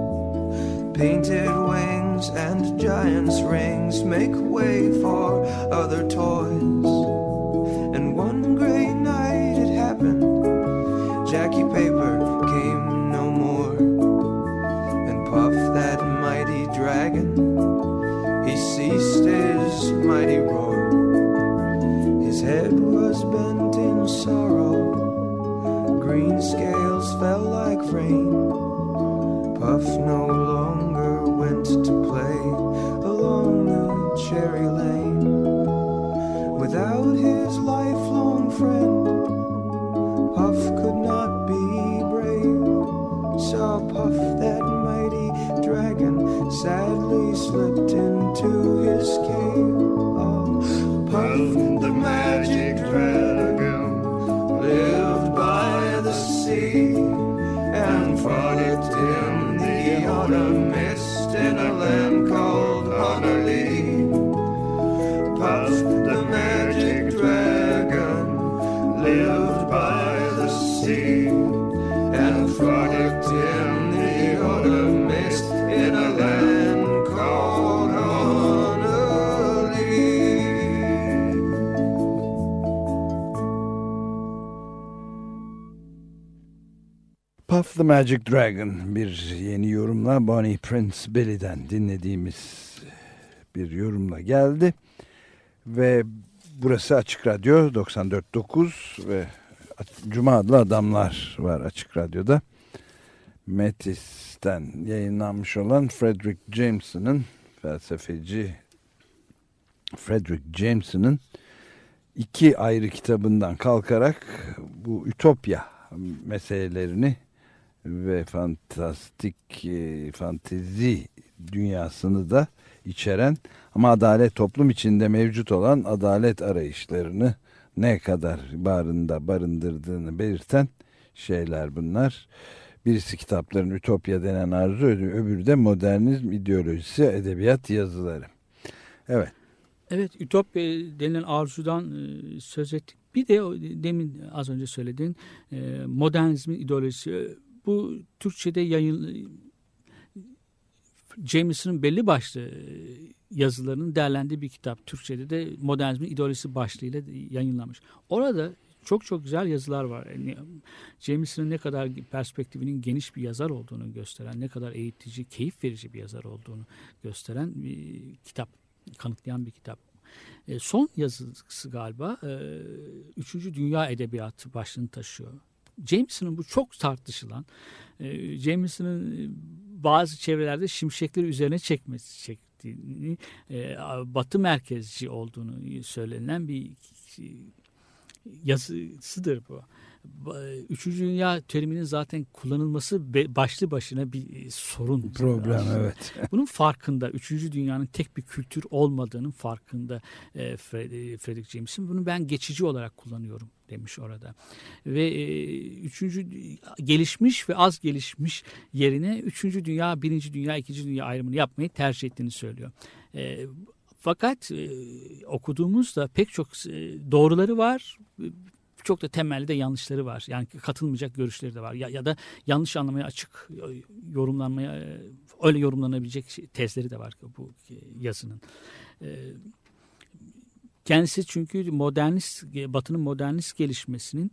Painted wings and giant's rings make way for other toys. And one great night it happened, Jackie Paper came no more. And Puff, that mighty dragon, he ceased his mighty roar. His head was bent in sorrow, green scales fell like rain. Puff no longer went to play along the cherry lane. Without his lifelong friend, Puff could not be brave. Saw Puff, that mighty dragon, sadly slipped into his cave. Oh, Puff the magic dragon lived by the sea and frolicked in the autumn mist in a land called Honolulu. Puff the magic dragon lived by the sea and frolicked in the autumn mist in a land called Honolulu. Puff the Magic Dragon, bir yeni yorumla Bonnie Prince Billy'den dinlediğimiz bir yorumla geldi. Ve burası Açık Radyo 94.9 ve Cuma adlı adamlar var Açık Radyo'da. Metis'ten yayınlanmış olan Fredric Jameson'ın, felsefeci Fredric Jameson'ın 2 ayrı kitabından kalkarak bu ütopya meselelerini ve fantezi dünyasını da içeren ama adalet, toplum içinde mevcut olan adalet arayışlarını ne kadar barındırdığını belirten şeyler bunlar. Birisi kitapların Ütopya denen arzu, öbürü de modernizm ideolojisi, edebiyat yazıları. Evet. Evet, Ütopya denilen arzudan söz ettik. Bir de demin az önce söylediğin modernizmin ideolojisi. Bu Türkçe'de Jameson'ın belli başlı yazılarının değerlendiği bir kitap. Türkçe'de de modernizmin ideolojisi başlığıyla yayınlanmış. Orada çok güzel yazılar var. Yani Jameson'ın ne kadar perspektifinin geniş bir yazar olduğunu gösteren, ne kadar eğitici, keyif verici bir yazar olduğunu gösteren bir kitap, kanıtlayan bir kitap. Son yazısı galiba 3. Dünya Edebiyatı başlığını taşıyor. Jameson'ın bu çok tartışılan, Jameson'ın bazı çevrelerde şimşekleri üzerine çektiğini, Batı merkezci olduğunu söylenen bir yazısıdır bu. 3. Dünya teriminin zaten kullanılması başlı başına bir sorun. Problem, evet. Bunun farkında, 3. Dünyanın tek bir kültür olmadığının farkında Fredric Jameson. Bunu ben geçici olarak kullanıyorum demiş orada. Ve 3. gelişmiş ve az gelişmiş yerine 3. Dünya, 1. Dünya, 2. Dünya ayrımını yapmayı tercih ettiğini söylüyor. Fakat okuduğumuzda pek çok doğruları var, çok da temelde yanlışları var. Yani katılmayacak görüşleri de var. Ya da yanlış anlamaya açık, yorumlanmaya, öyle yorumlanabilecek tezleri de var bu yazının. Kendisi çünkü Batı'nın modernist gelişmesinin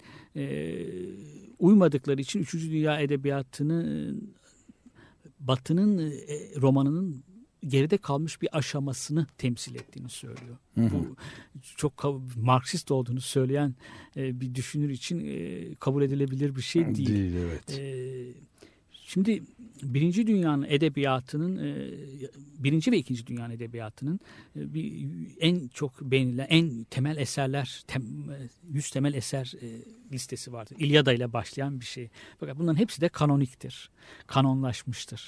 uymadıkları için 3. Dünya Edebiyatı'nı, Batı'nın romanının geride kalmış bir aşamasını temsil ettiğini söylüyor. Bu çok Marksist olduğunu söyleyen bir düşünür için kabul edilebilir bir şey değil. Değil, evet. Şimdi Birinci Dünya'nın edebiyatının, Birinci ve İkinci Dünya'nın edebiyatının en çok beğenilen, en temel eserler, 100 temel eser listesi vardır. İlyada ile başlayan bir şey. Fakat bunların hepsi de kanoniktir. Kanonlaşmıştır.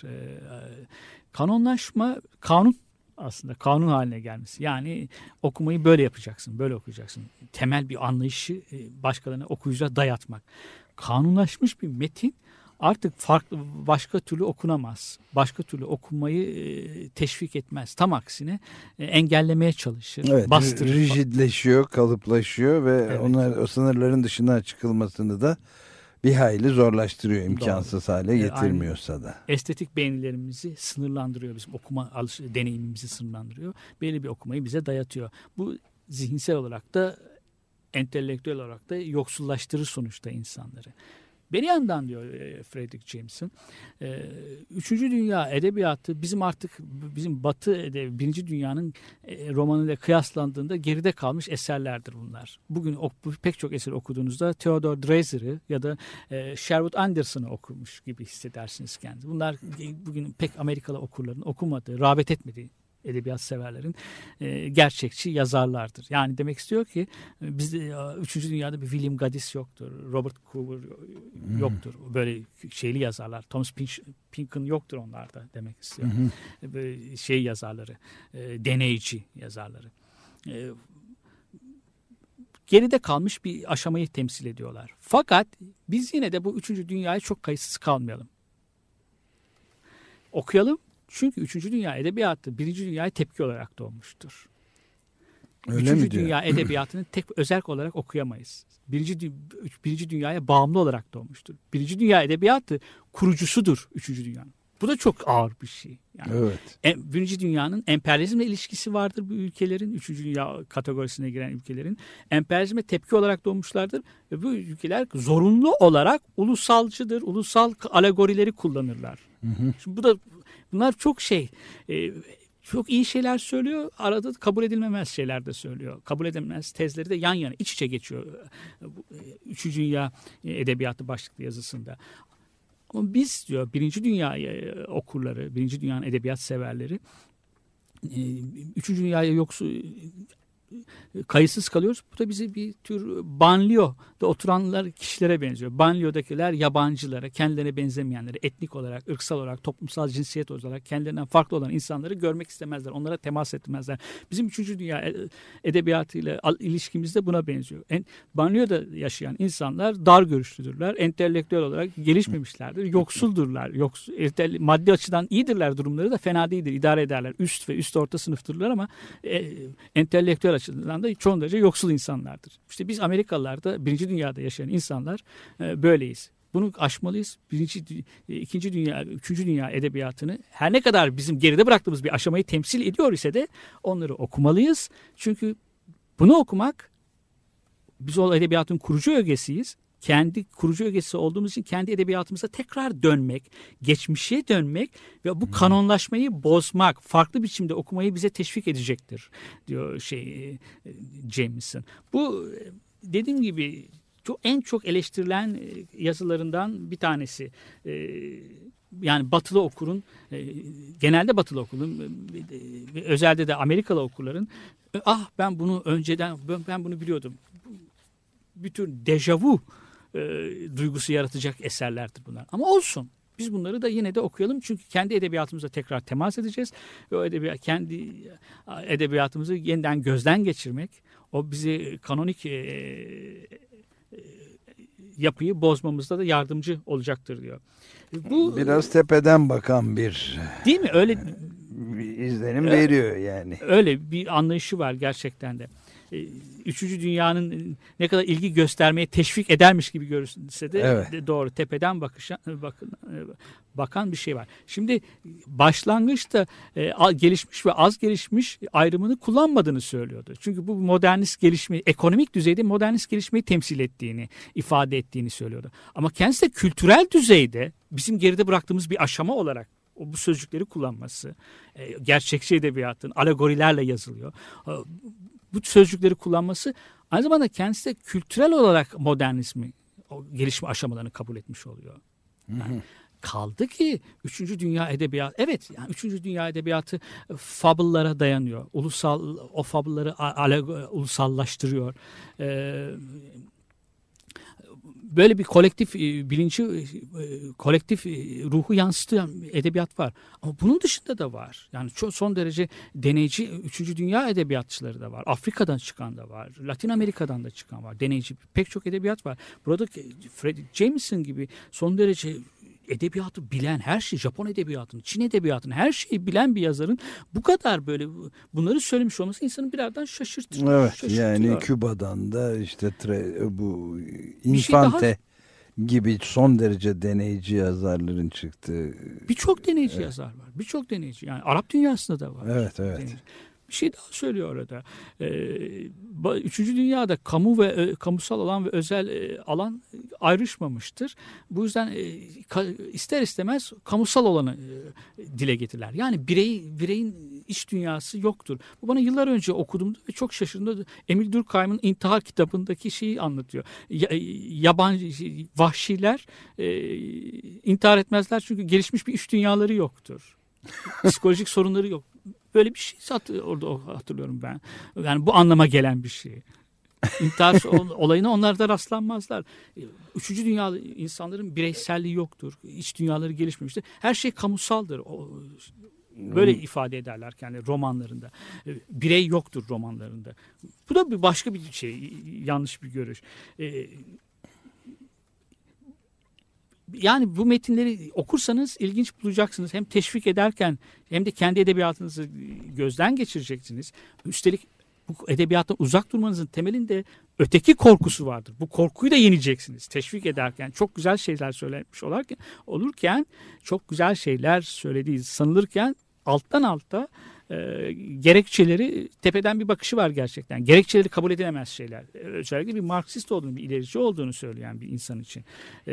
Kanonlaşma, kanun aslında, kanun haline gelmesi. Yani okumayı böyle yapacaksın, böyle okuyacaksın. Temel bir anlayışı başkalarına, okuyucuya dayatmak. Kanunlaşmış bir metin artık farklı, başka türlü okunamaz. Başka türlü okumayı teşvik etmez. Tam aksine engellemeye çalışır, evet, bastırır. Rigidleşiyor, kalıplaşıyor ve evet, onlar o sınırların dışına çıkılmasını da bir hayli zorlaştırıyor, imkansız hale getirmiyorsa da. Estetik beğenilerimizi sınırlandırıyor, bizim okuma deneyimimizi sınırlandırıyor. Belli bir okumayı bize dayatıyor. Bu zihinsel olarak da, entelektüel olarak da yoksullaştırır sonuçta insanları. Bir yandan diyor Fredric Jameson, 3. Dünya edebiyatı bizim Batı Birinci Dünya'nın romanıyla kıyaslandığında geride kalmış eserlerdir bunlar. Bugün pek çok eser okuduğunuzda Theodore Dreiser'ı ya da Sherwood Anderson'ı okumuş gibi hissedersiniz kendinizi. Bunlar bugün pek Amerikalı okurların okumadığı, rağbet etmediği edebiyat severlerin gerçekçi yazarlardır. Yani demek istiyor ki bizde 3. Dünya'da bir William Gaddis yoktur, Robert Cooper yoktur. Böyle şeyli yazarlar, Thomas Pynchon yoktur onlarda demek istiyor. Böyle şey yazarları, deneyci yazarları. Geride kalmış bir aşamayı temsil ediyorlar. Fakat biz yine de bu 3. Dünya'ya çok kayıtsız kalmayalım. Okuyalım. Çünkü 3. Dünya Edebiyatı 1. Dünya'ya tepki olarak doğmuştur. Öyle 3. Dünya Edebiyatı'nı tek özerk olarak okuyamayız. 1. Dünya'ya bağımlı olarak doğmuştur. 1. Dünya Edebiyatı kurucusudur 3. Dünya'nın. Bu da çok ağır bir şey. Yani evet. 1. Dünya'nın emperyalizmle ilişkisi vardır bu ülkelerin. 3. Dünya kategorisine giren ülkelerin. Emperyalizme tepki olarak doğmuşlardır. Ve bu ülkeler zorunlu olarak ulusalcıdır. Ulusal alegorileri kullanırlar. Şimdi bunlar çok çok iyi şeyler söylüyor. Arada kabul edilmemez şeyler de söylüyor. Kabul edilmez tezleri de yan yana iç içe geçiyor. Üçüncü Dünya Edebiyatı başlıklı yazısında. Ama biz diyor Birinci Dünya okurları, Birinci Dünya'nın edebiyat severleri Üçüncü Dünya'ya kayıtsız kalıyoruz. Bu da bizi bir tür banliyöde oturanlar kişilere benziyor. Banliyödekiler yabancılara, kendilerine benzemeyenleri, etnik olarak, ırksal olarak, toplumsal cinsiyet olarak kendilerinden farklı olan insanları görmek istemezler. Onlara temas etmezler. Bizim 3. Dünya edebiyatıyla ilişkimizde buna benziyor. Banliyöde yaşayan insanlar dar görüşlüdürler. Entelektüel olarak gelişmemişlerdir. Yoksuldurlar. Maddi açıdan iyidirler, durumları da fena değildir. İdare ederler. Üst ve üst orta sınıftırlar ama entelektüel açıdan da çoğun derece yoksul insanlardır. İşte biz Amerikalılar da Birinci Dünya'da yaşayan insanlar böyleyiz. Bunu aşmalıyız. İkinci Dünya, Üçüncü Dünya edebiyatını her ne kadar bizim geride bıraktığımız bir aşamayı temsil ediyor ise de onları okumalıyız. Çünkü bunu okumak, biz o edebiyatın kurucu ögesiyiz. Kendi kurucu ögesi olduğumuz için kendi edebiyatımıza tekrar dönmek, geçmişe dönmek ve bu kanonlaşmayı bozmak, farklı biçimde okumayı bize teşvik edecektir diyor Jameson. Bu dediğim gibi en çok eleştirilen yazılarından bir tanesi. Yani Batılı okurun, genelde Batılı okurun, özelde de Amerikalı okurların, ben bunu önceden, ben bunu biliyordum. Bir tür dejavu duygusu yaratacak eserlerdir bunlar. Ama olsun. Biz bunları da yine de okuyalım. Çünkü kendi edebiyatımıza tekrar temas edeceğiz. Ve o kendi edebiyatımızı yeniden gözden geçirmek, o bizi kanonik yapıyı bozmamızda da yardımcı olacaktır diyor. Bu biraz tepeden bakan bir, değil mi? Öyle izlenim veriyor yani. Öyle bir anlayışı var gerçekten de. Üçüncü Dünya'nın ne kadar ilgi göstermeye teşvik edermiş gibi görünse de evet, doğru tepeden bakan bir şey var. Şimdi başlangıçta gelişmiş ve az gelişmiş ayrımını kullanmadığını söylüyordu. Çünkü bu modernist gelişmeyi, ekonomik düzeyde modernist gelişmeyi temsil ettiğini, ifade ettiğini söylüyordu. Ama kendisi de kültürel düzeyde bizim geride bıraktığımız bir aşama olarak bu sözcükleri kullanması, gerçekçi edebiyatın alegorilerle yazılıyor. Bu sözcükleri kullanması aynı zamanda kendisi de kültürel olarak modernizmi, o gelişme aşamalarını kabul etmiş oluyor. Yani kaldı ki 3. Dünya edebiyatı, evet yani 3. Dünya edebiyatı fabıllara dayanıyor. O fabılları ulusallaştırıyor. Böyle bir kolektif bilinci, kolektif ruhu yansıtan edebiyat var. Ama bunun dışında da var. Yani son derece deneyici 3. Dünya edebiyatçıları da var. Afrika'dan çıkan da var. Latin Amerika'dan da çıkan var. Deneyici pek çok edebiyat var. Burada Fred Jameson gibi son derece edebiyatı bilen, her şeyi, Japon edebiyatını, Çin edebiyatını, her şeyi bilen bir yazarın bu kadar böyle bunları söylemiş olması insanı birazdan şaşırtıyor. Evet, yani Küba'dan da işte bu Infante gibi son derece deneyici yazarların çıktığı. Birçok deneyici yazar var. Birçok deneyici. Yani Arap dünyasında da var. Evet. Deneyici. Bir şey daha söylüyor orada. Üçüncü Dünya'da kamu ve kamusal alan ve özel alan ayrışmamıştır. Bu yüzden ister istemez kamusal olanı dile getirirler. Yani bireyin iç dünyası yoktur. Bu bana yıllar önce okuduğumda ve çok şaşırdım. Emil Durkheim'in İntihar kitabındaki şeyi anlatıyor. Yabancı vahşiler intihar etmezler çünkü gelişmiş bir iç dünyaları yoktur. Psikolojik sorunları yok. Böyle bir şey orada hatırlıyorum ben. Yani bu anlama gelen bir şey. İntihar olayına onlar da rastlanmazlar. Üçüncü dünya insanların bireyselliği yoktur. İç dünyaları gelişmemiştir. Her şey kamusaldır. Böyle ifade ederler kendi romanlarında. Birey yoktur romanlarında. Bu da başka bir şey. Yanlış bir görüş. Yani bu metinleri okursanız ilginç bulacaksınız. Hem teşvik ederken hem de kendi edebiyatınızı gözden geçireceksiniz. Üstelik bu edebiyattan uzak durmanızın temelinde öteki korkusu vardır. Bu korkuyu da yeneceksiniz. Teşvik ederken çok güzel şeyler söylemiş olurken çok güzel şeyler söylediği sanılırken alttan alta gerekçeleri tepeden bir bakışı var gerçekten. Gerekçeleri kabul edilemez şeyler. Özellikle bir Marksist olduğunu, bir ilerici olduğunu söyleyen bir insan için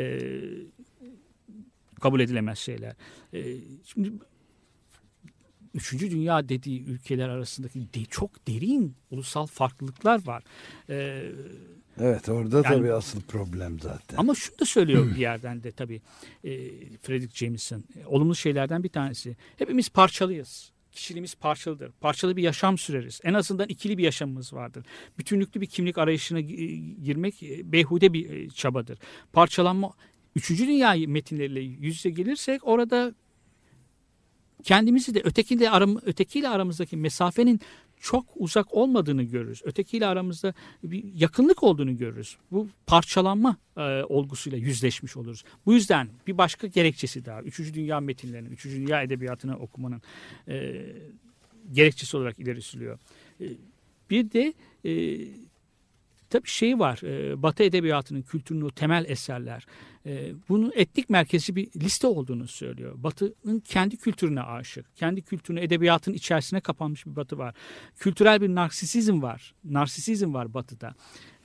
kabul edilemez şeyler. Şimdi üçüncü dünya dediği ülkeler arasındaki çok derin ulusal farklılıklar var. Evet, orada tabii asıl problem zaten. Ama şunu da söylüyor bir yerden de tabii Frederick Jameson. Olumlu şeylerden bir tanesi. Hepimiz parçalıyız. Kişiliğimiz parçalıdır. Parçalı bir yaşam süreriz. En azından ikili bir yaşamımız vardır. Bütünlüklü bir kimlik arayışına girmek beyhude bir çabadır. Parçalanma, üçüncü dünya metinleriyle yüz yüze gelirsek orada kendimizi de ötekiyle aramızdaki mesafenin çok uzak olmadığını görürüz. Ötekiyle aramızda bir yakınlık olduğunu görürüz. Bu parçalanma olgusuyla yüzleşmiş oluruz. Bu yüzden bir başka gerekçesi daha. Üçüncü dünya metinlerinin, üçüncü dünya edebiyatını okumanın gerekçesi olarak ileri sürüyor. Bir de tabii var. Batı edebiyatının, kültürünün o temel eserler. Bunun etnik merkezci bir liste olduğunu söylüyor. Batı'nın kendi kültürüne aşık. Kendi kültürüne, edebiyatın içerisine kapanmış bir Batı var. Kültürel bir narsisizm var. Narsisizm var Batı'da.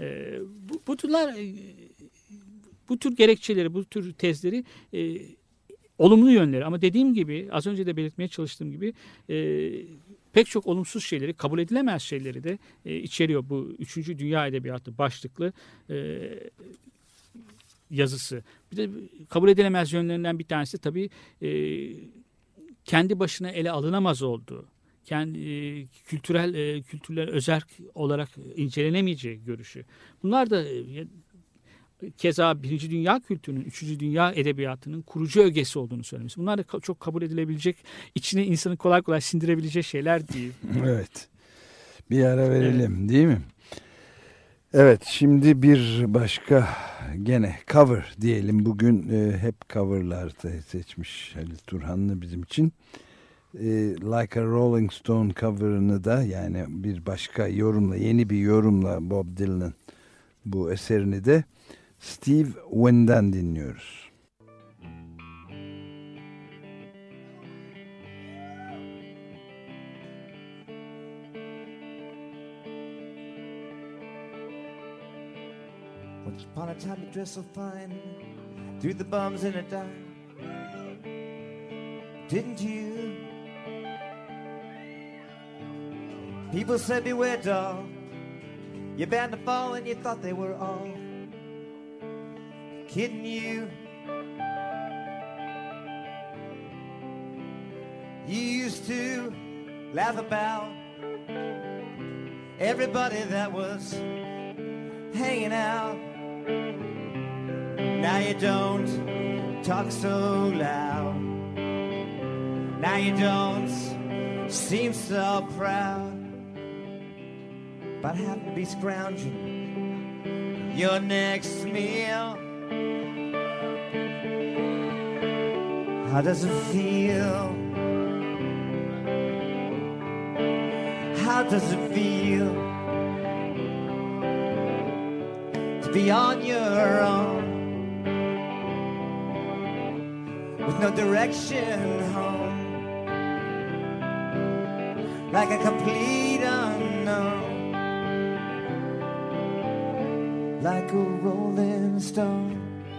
Bu tür gerekçeleri, bu tür tezleri olumlu yönleri. Ama dediğim gibi, az önce de belirtmeye çalıştığım gibi pek çok olumsuz şeyleri, kabul edilemez şeyleri de içeriyor bu 3. Dünya Edebiyatı başlıklı yazısı. Bir de kabul edilemez yönlerinden bir tanesi tabii kendi başına ele alınamaz olduğu, kültürler özerk olarak incelenemeyeceği görüşü. Bunlar da keza 1. Dünya kültürünün, 3. Dünya edebiyatının kurucu ögesi olduğunu söylemesi. Bunlar da çok kabul edilebilecek, içine insanı kolay kolay sindirebilecek şeyler değil. Evet. Bir ara verelim, değil mi? Evet, şimdi bir başka gene cover diyelim. Bugün hep coverlar seçmiş Halil Turhanlı bizim için. Like a Rolling Stone cover'ını da, yani bir başka yorumla, yeni bir yorumla Bob Dylan'ın bu eserini de Steve Wynn'den dinliyoruz. Once upon a time you dressed so fine, threw the bums in a dime, didn't you? People said beware dog, you're bound to fall, and you thought they were all kidding you. You used to laugh about everybody that was hanging out. Now you don't talk so loud. Now you don't seem so proud about having to be scrounging your next meal. How does it feel? How does it feel to be on your own, with no direction home, like a complete unknown, like a rolling stone?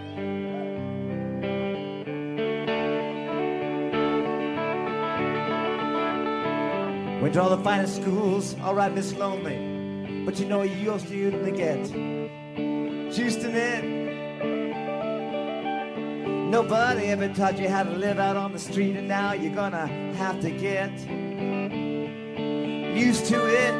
Went to all the finest schools, all right, Miss Lonely, but you know you're student to get juiced in it. Nobody ever taught you how to live out on the street, and now you're gonna have to get used to it.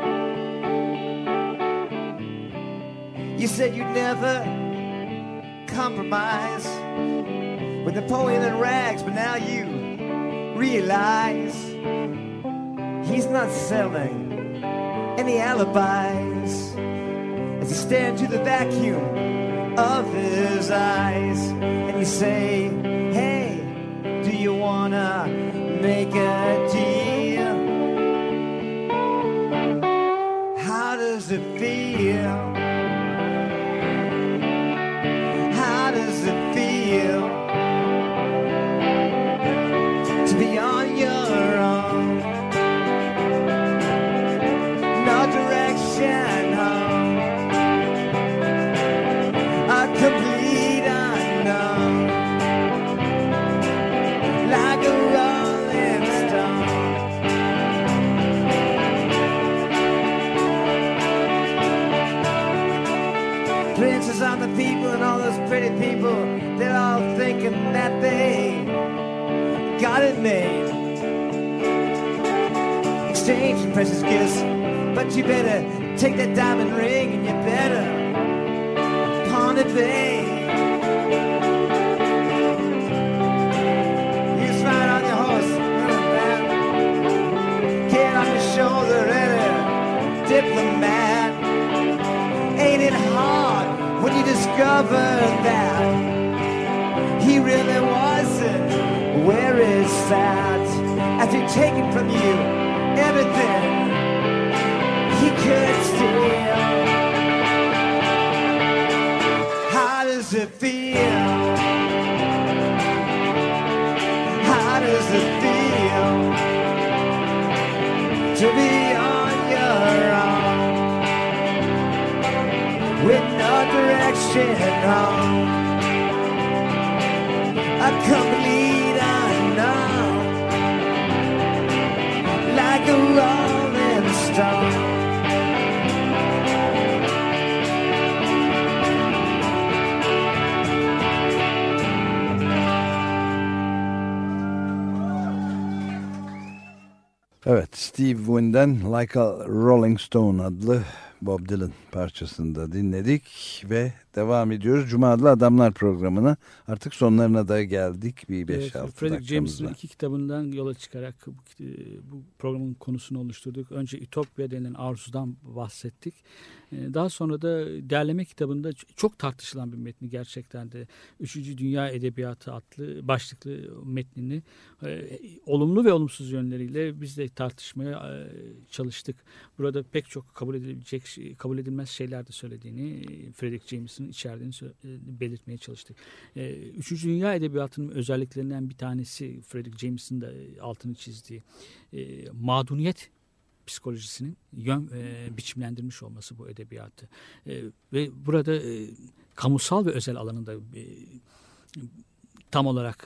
You said you'd never compromise with Napoleon and rags, but now you realize he's not selling any alibis as you stare into the vacuum of his eyes, and you say, hey, do you wanna make a deal? How does it feel? How does it feel to be on your own? No direction home, a complete unknown, like a rolling stone. Princes on the people and all those pretty people, they're all thinking that they got it made. Exchanging precious gifts, but you better take that diamond ring and you better pawn it, babe. You just ride on your horse, get on your shoulder, and diplomat. Ain't it hard when you discover that he really wasn't where is that? After taking from you everything he could steal. How does it feel? How does it feel to be on your own with no direction home? A complete unknown, like a rolling stone. Evet, Steve Win'den Like a Rolling Stone adlı Bob Dylan parçasını da dinledik ve devam ediyoruz. Cuma adlı Adamlar programına. Artık sonlarına da geldik. Bir 5-6 dakikamız Frederick James'in var. 2 kitabından yola çıkarak bu programın konusunu oluşturduk. Önce Ütopya denilen arzudan bahsettik. Daha sonra da derleme kitabında çok tartışılan bir metni, gerçekten de 3. Dünya Edebiyatı adlı başlıklı metnini olumlu ve olumsuz yönleriyle biz de tartışmaya çalıştık. Burada pek çok kabul edilmez şeyler de söylediğini, Frederick James'in içerdiğini belirtmeye çalıştık. 3. Dünya Edebiyatı'nın özelliklerinden bir tanesi, Frederick James'in de altını çizdiği mağduniyet psikolojisinin biçimlendirmiş olması bu edebiyatı. Ve burada kamusal ve özel alanında tam olarak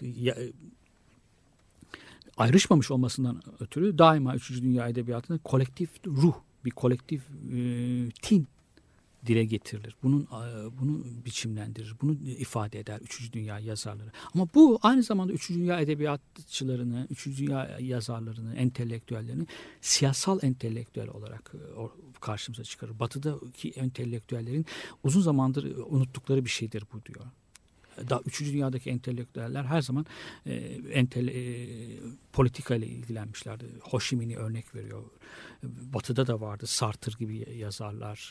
ayrışmamış olmasından ötürü daima 3. Dünya Edebiyatı'nda kolektif ruh, bir kolektif tin dile getirilir. Bunu biçimlendirir, bunu ifade eder 3. Dünya yazarları. Ama bu aynı zamanda 3. Dünya edebiyatçılarını, 3. Dünya yazarlarını, entelektüellerini siyasal entelektüel olarak karşımıza çıkarır. Batı'daki entelektüellerin uzun zamandır unuttukları bir şeydir bu diyor. Daha 3. Dünyadaki entelektüeller her zaman politika ile ilgilenmişlerdi. Ho Chi Minh'i örnek veriyor. Batı'da da vardı Sartre gibi yazarlar,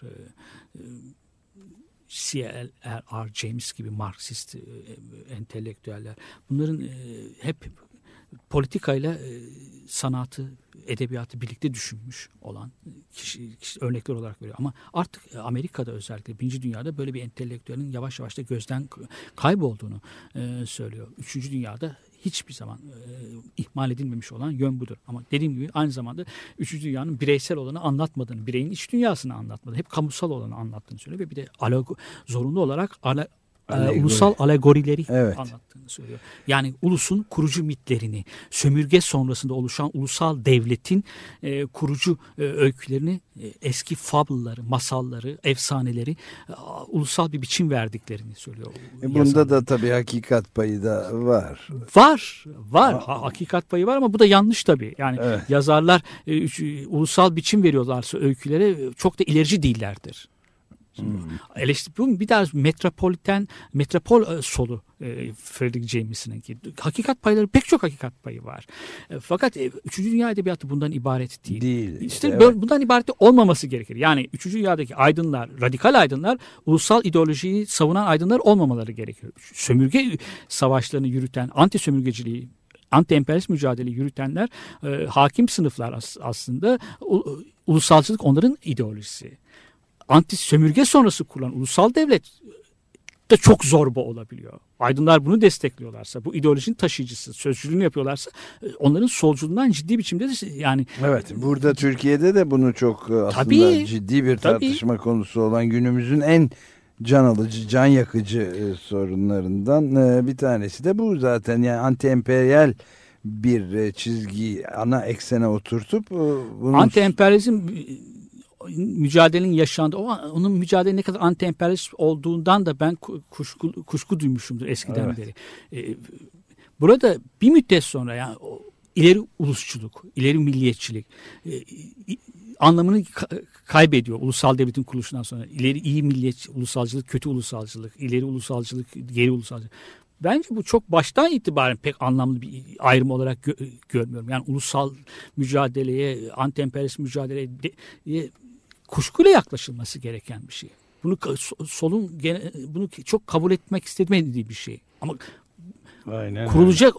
C.L.R. James gibi Marksist entelektüeller. Bunların hep politikayla sanatı, edebiyatı birlikte düşünmüş olan kişi örnekler olarak veriyor. Ama artık Amerika'da, özellikle 1. Dünya'da böyle bir entelektüelin yavaş yavaş da gözden kaybolduğunu söylüyor. 3. Dünya'da hiçbir zaman ihmal edilmemiş olan yön budur. Ama dediğim gibi aynı zamanda 3. Dünya'nın bireysel olanı anlatmadığını, bireyin iç dünyasını anlatmadığını, hep kamusal olanı anlattığını söylüyor. Ve bir de zorunlu olarak ulusal alegorileri anlattığını söylüyor. Yani ulusun kurucu mitlerini, sömürge sonrasında oluşan ulusal devletin kurucu öykülerini, eski fable'ları, masalları, efsaneleri ulusal bir biçim verdiklerini söylüyor. Bunda da tabii hakikat payı da var. Var. Hakikat payı var ama bu da yanlış tabii. Yani yazarlar ulusal biçim veriyorlarsa öykülere çok da ilerici değillerdir. Bu bir daha metropol solu Frederick James'inki. Hakikat payları, pek çok hakikat payı var. Fakat 3. Dünya Edebiyatı bundan ibaret değil. İşte bundan ibaret olmaması gerekir. Yani 3. Dünya'daki aydınlar, radikal aydınlar, ulusal ideolojiyi savunan aydınlar olmamaları gerekiyor. Sömürge savaşlarını yürüten, anti sömürgeciliği, anti-emperyalist mücadeleyi yürütenler, hakim sınıflar aslında. Ulusalcılık onların ideolojisi. Anti sömürge sonrası kurulan ulusal devlet de çok zorba olabiliyor. Aydınlar bunu destekliyorlarsa, bu ideolojinin taşıyıcısı, sözcülüğünü yapıyorlarsa onların solculuğundan ciddi biçimde de yani... Evet, burada Türkiye'de de bunu çok aslında ciddi bir tartışma konusu olan, günümüzün en can alıcı, can yakıcı sorunlarından bir tanesi de bu zaten. Yani anti-emperyal bir çizgiyi ana eksene oturtup bunun... Anti-emperyalizm mücadelenin yaşandığı, onun mücadele ne kadar anti-emperyalist olduğundan da ben kuşku duymuşumdur eskiden beri. Burada bir müddet sonra yani ileri ulusçuluk, ileri milliyetçilik anlamını kaybediyor ulusal devletin kuruluşundan sonra. İleri iyi milliyetçi, ulusalcılık, kötü ulusalcılık, ileri ulusalcılık, geri ulusalcılık. Bence bu çok baştan itibaren pek anlamlı bir ayrım olarak görmüyorum. Yani ulusal mücadeleye, anti-emperyalist mücadeleye kuşkuyla yaklaşılması gereken bir şey. Bunu solun bunu çok kabul etmek istemediği bir şey. Ama aynen kurulacak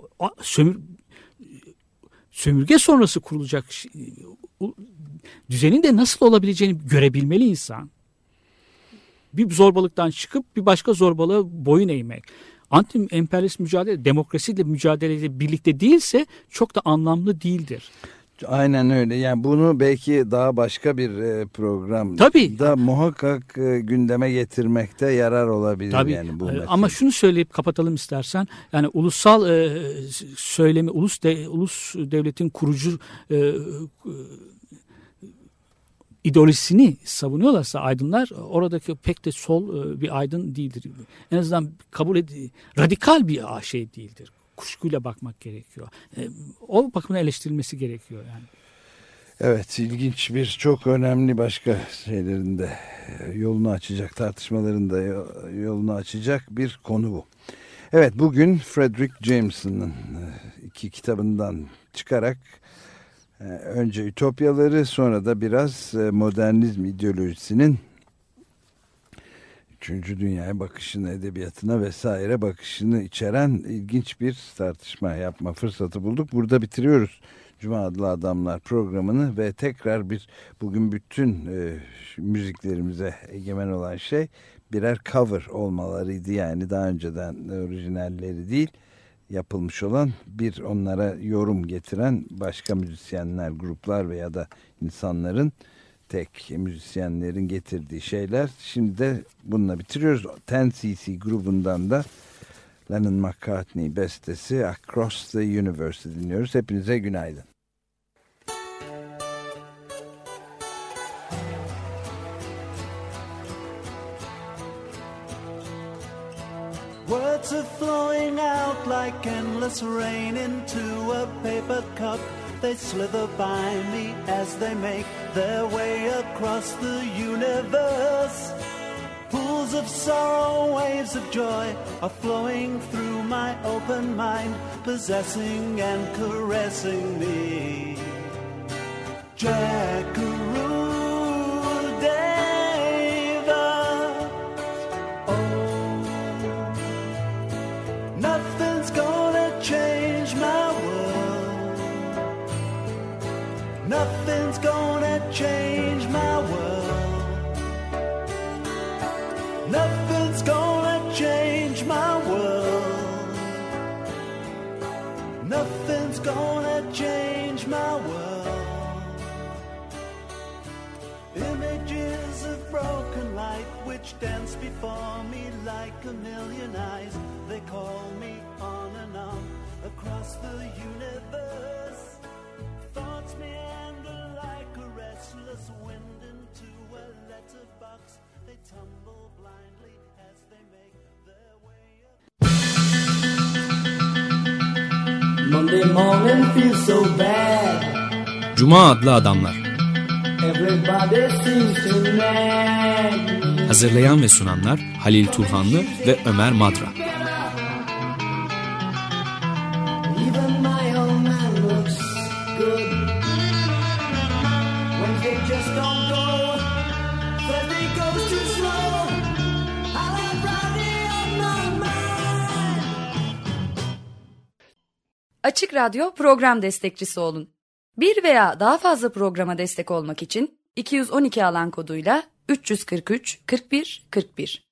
sömürge sonrası kurulacak düzenin de nasıl olabileceğini görebilmeli insan. Bir zorbalıktan çıkıp bir başka zorbalığa boyun eğmek. Anti-emperyalist mücadele, demokrasiyle mücadeleyle birlikte değilse çok da anlamlı değildir. Aynen öyle. Yani bunu belki daha başka bir programda muhakkak gündeme getirmekte yarar olabilir. Tabii. Yani bu ama şunu söyleyip kapatalım istersen. Yani ulusal söylemi, ulus devletin kurucu ideolojisini savunuyorlarsa aydınlar, oradaki pek de sol bir aydın değildir. En azından radikal bir şey değildir. Kuşkuyla bakmak gerekiyor. O bakımdan eleştirilmesi gerekiyor yani. Evet, ilginç bir, çok önemli başka şeylerin de yolunu açacak, tartışmaların da yolunu açacak bir konu bu. Evet, bugün Fredric Jameson'ın 2 kitabından çıkarak önce Ütopyaları, sonra da biraz modernizm ideolojisinin 3. dünyaya bakışını, edebiyatına vesaire bakışını içeren ilginç bir tartışma yapma fırsatı bulduk. Burada bitiriyoruz Cuma Adlı Adamlar programını ve tekrar bugün bütün müziklerimize egemen olan şey birer cover olmalarıydı. Yani daha önceden orijinalleri değil, yapılmış olan onlara yorum getiren başka müzisyenler, gruplar veya da insanların, tek müzisyenlerin getirdiği şeyler. Şimdi de bununla bitiriyoruz. 10cc grubundan da Lennon McCartney bestesi Across the Universe'ı dinliyoruz. Hepinize günaydın. Words are flowing out like endless rain into a paper cup. They slither by me as they make their way across the universe. Pools of sorrow, waves of joy are flowing through my open mind, possessing and caressing me. Jackaroo Davis, oh, nothing's gonna change my world. Nothing's gonna change my world. Nothing's gonna change my world. Nothing's gonna change my world. Images of broken light which dance before me like a million eyes. They call me on and on across the universe. Thoughts meander like a restless wind into a letterbox. They tumble blindly as they make their way up. Monday morning feels so bad. Cuma Adlı Adamlar. Everybody seems to nag. Hazırlayan ve sunanlar Halil Turhanlı ve Ömer Madra. Even my old man looks good. Wednesday just don't go. Thursday goes too slow. I'll have Friday on my mind. Açık Radyo program destekçisi olun. Bir veya daha fazla programa destek olmak için 212 alan koduyla 343 41 41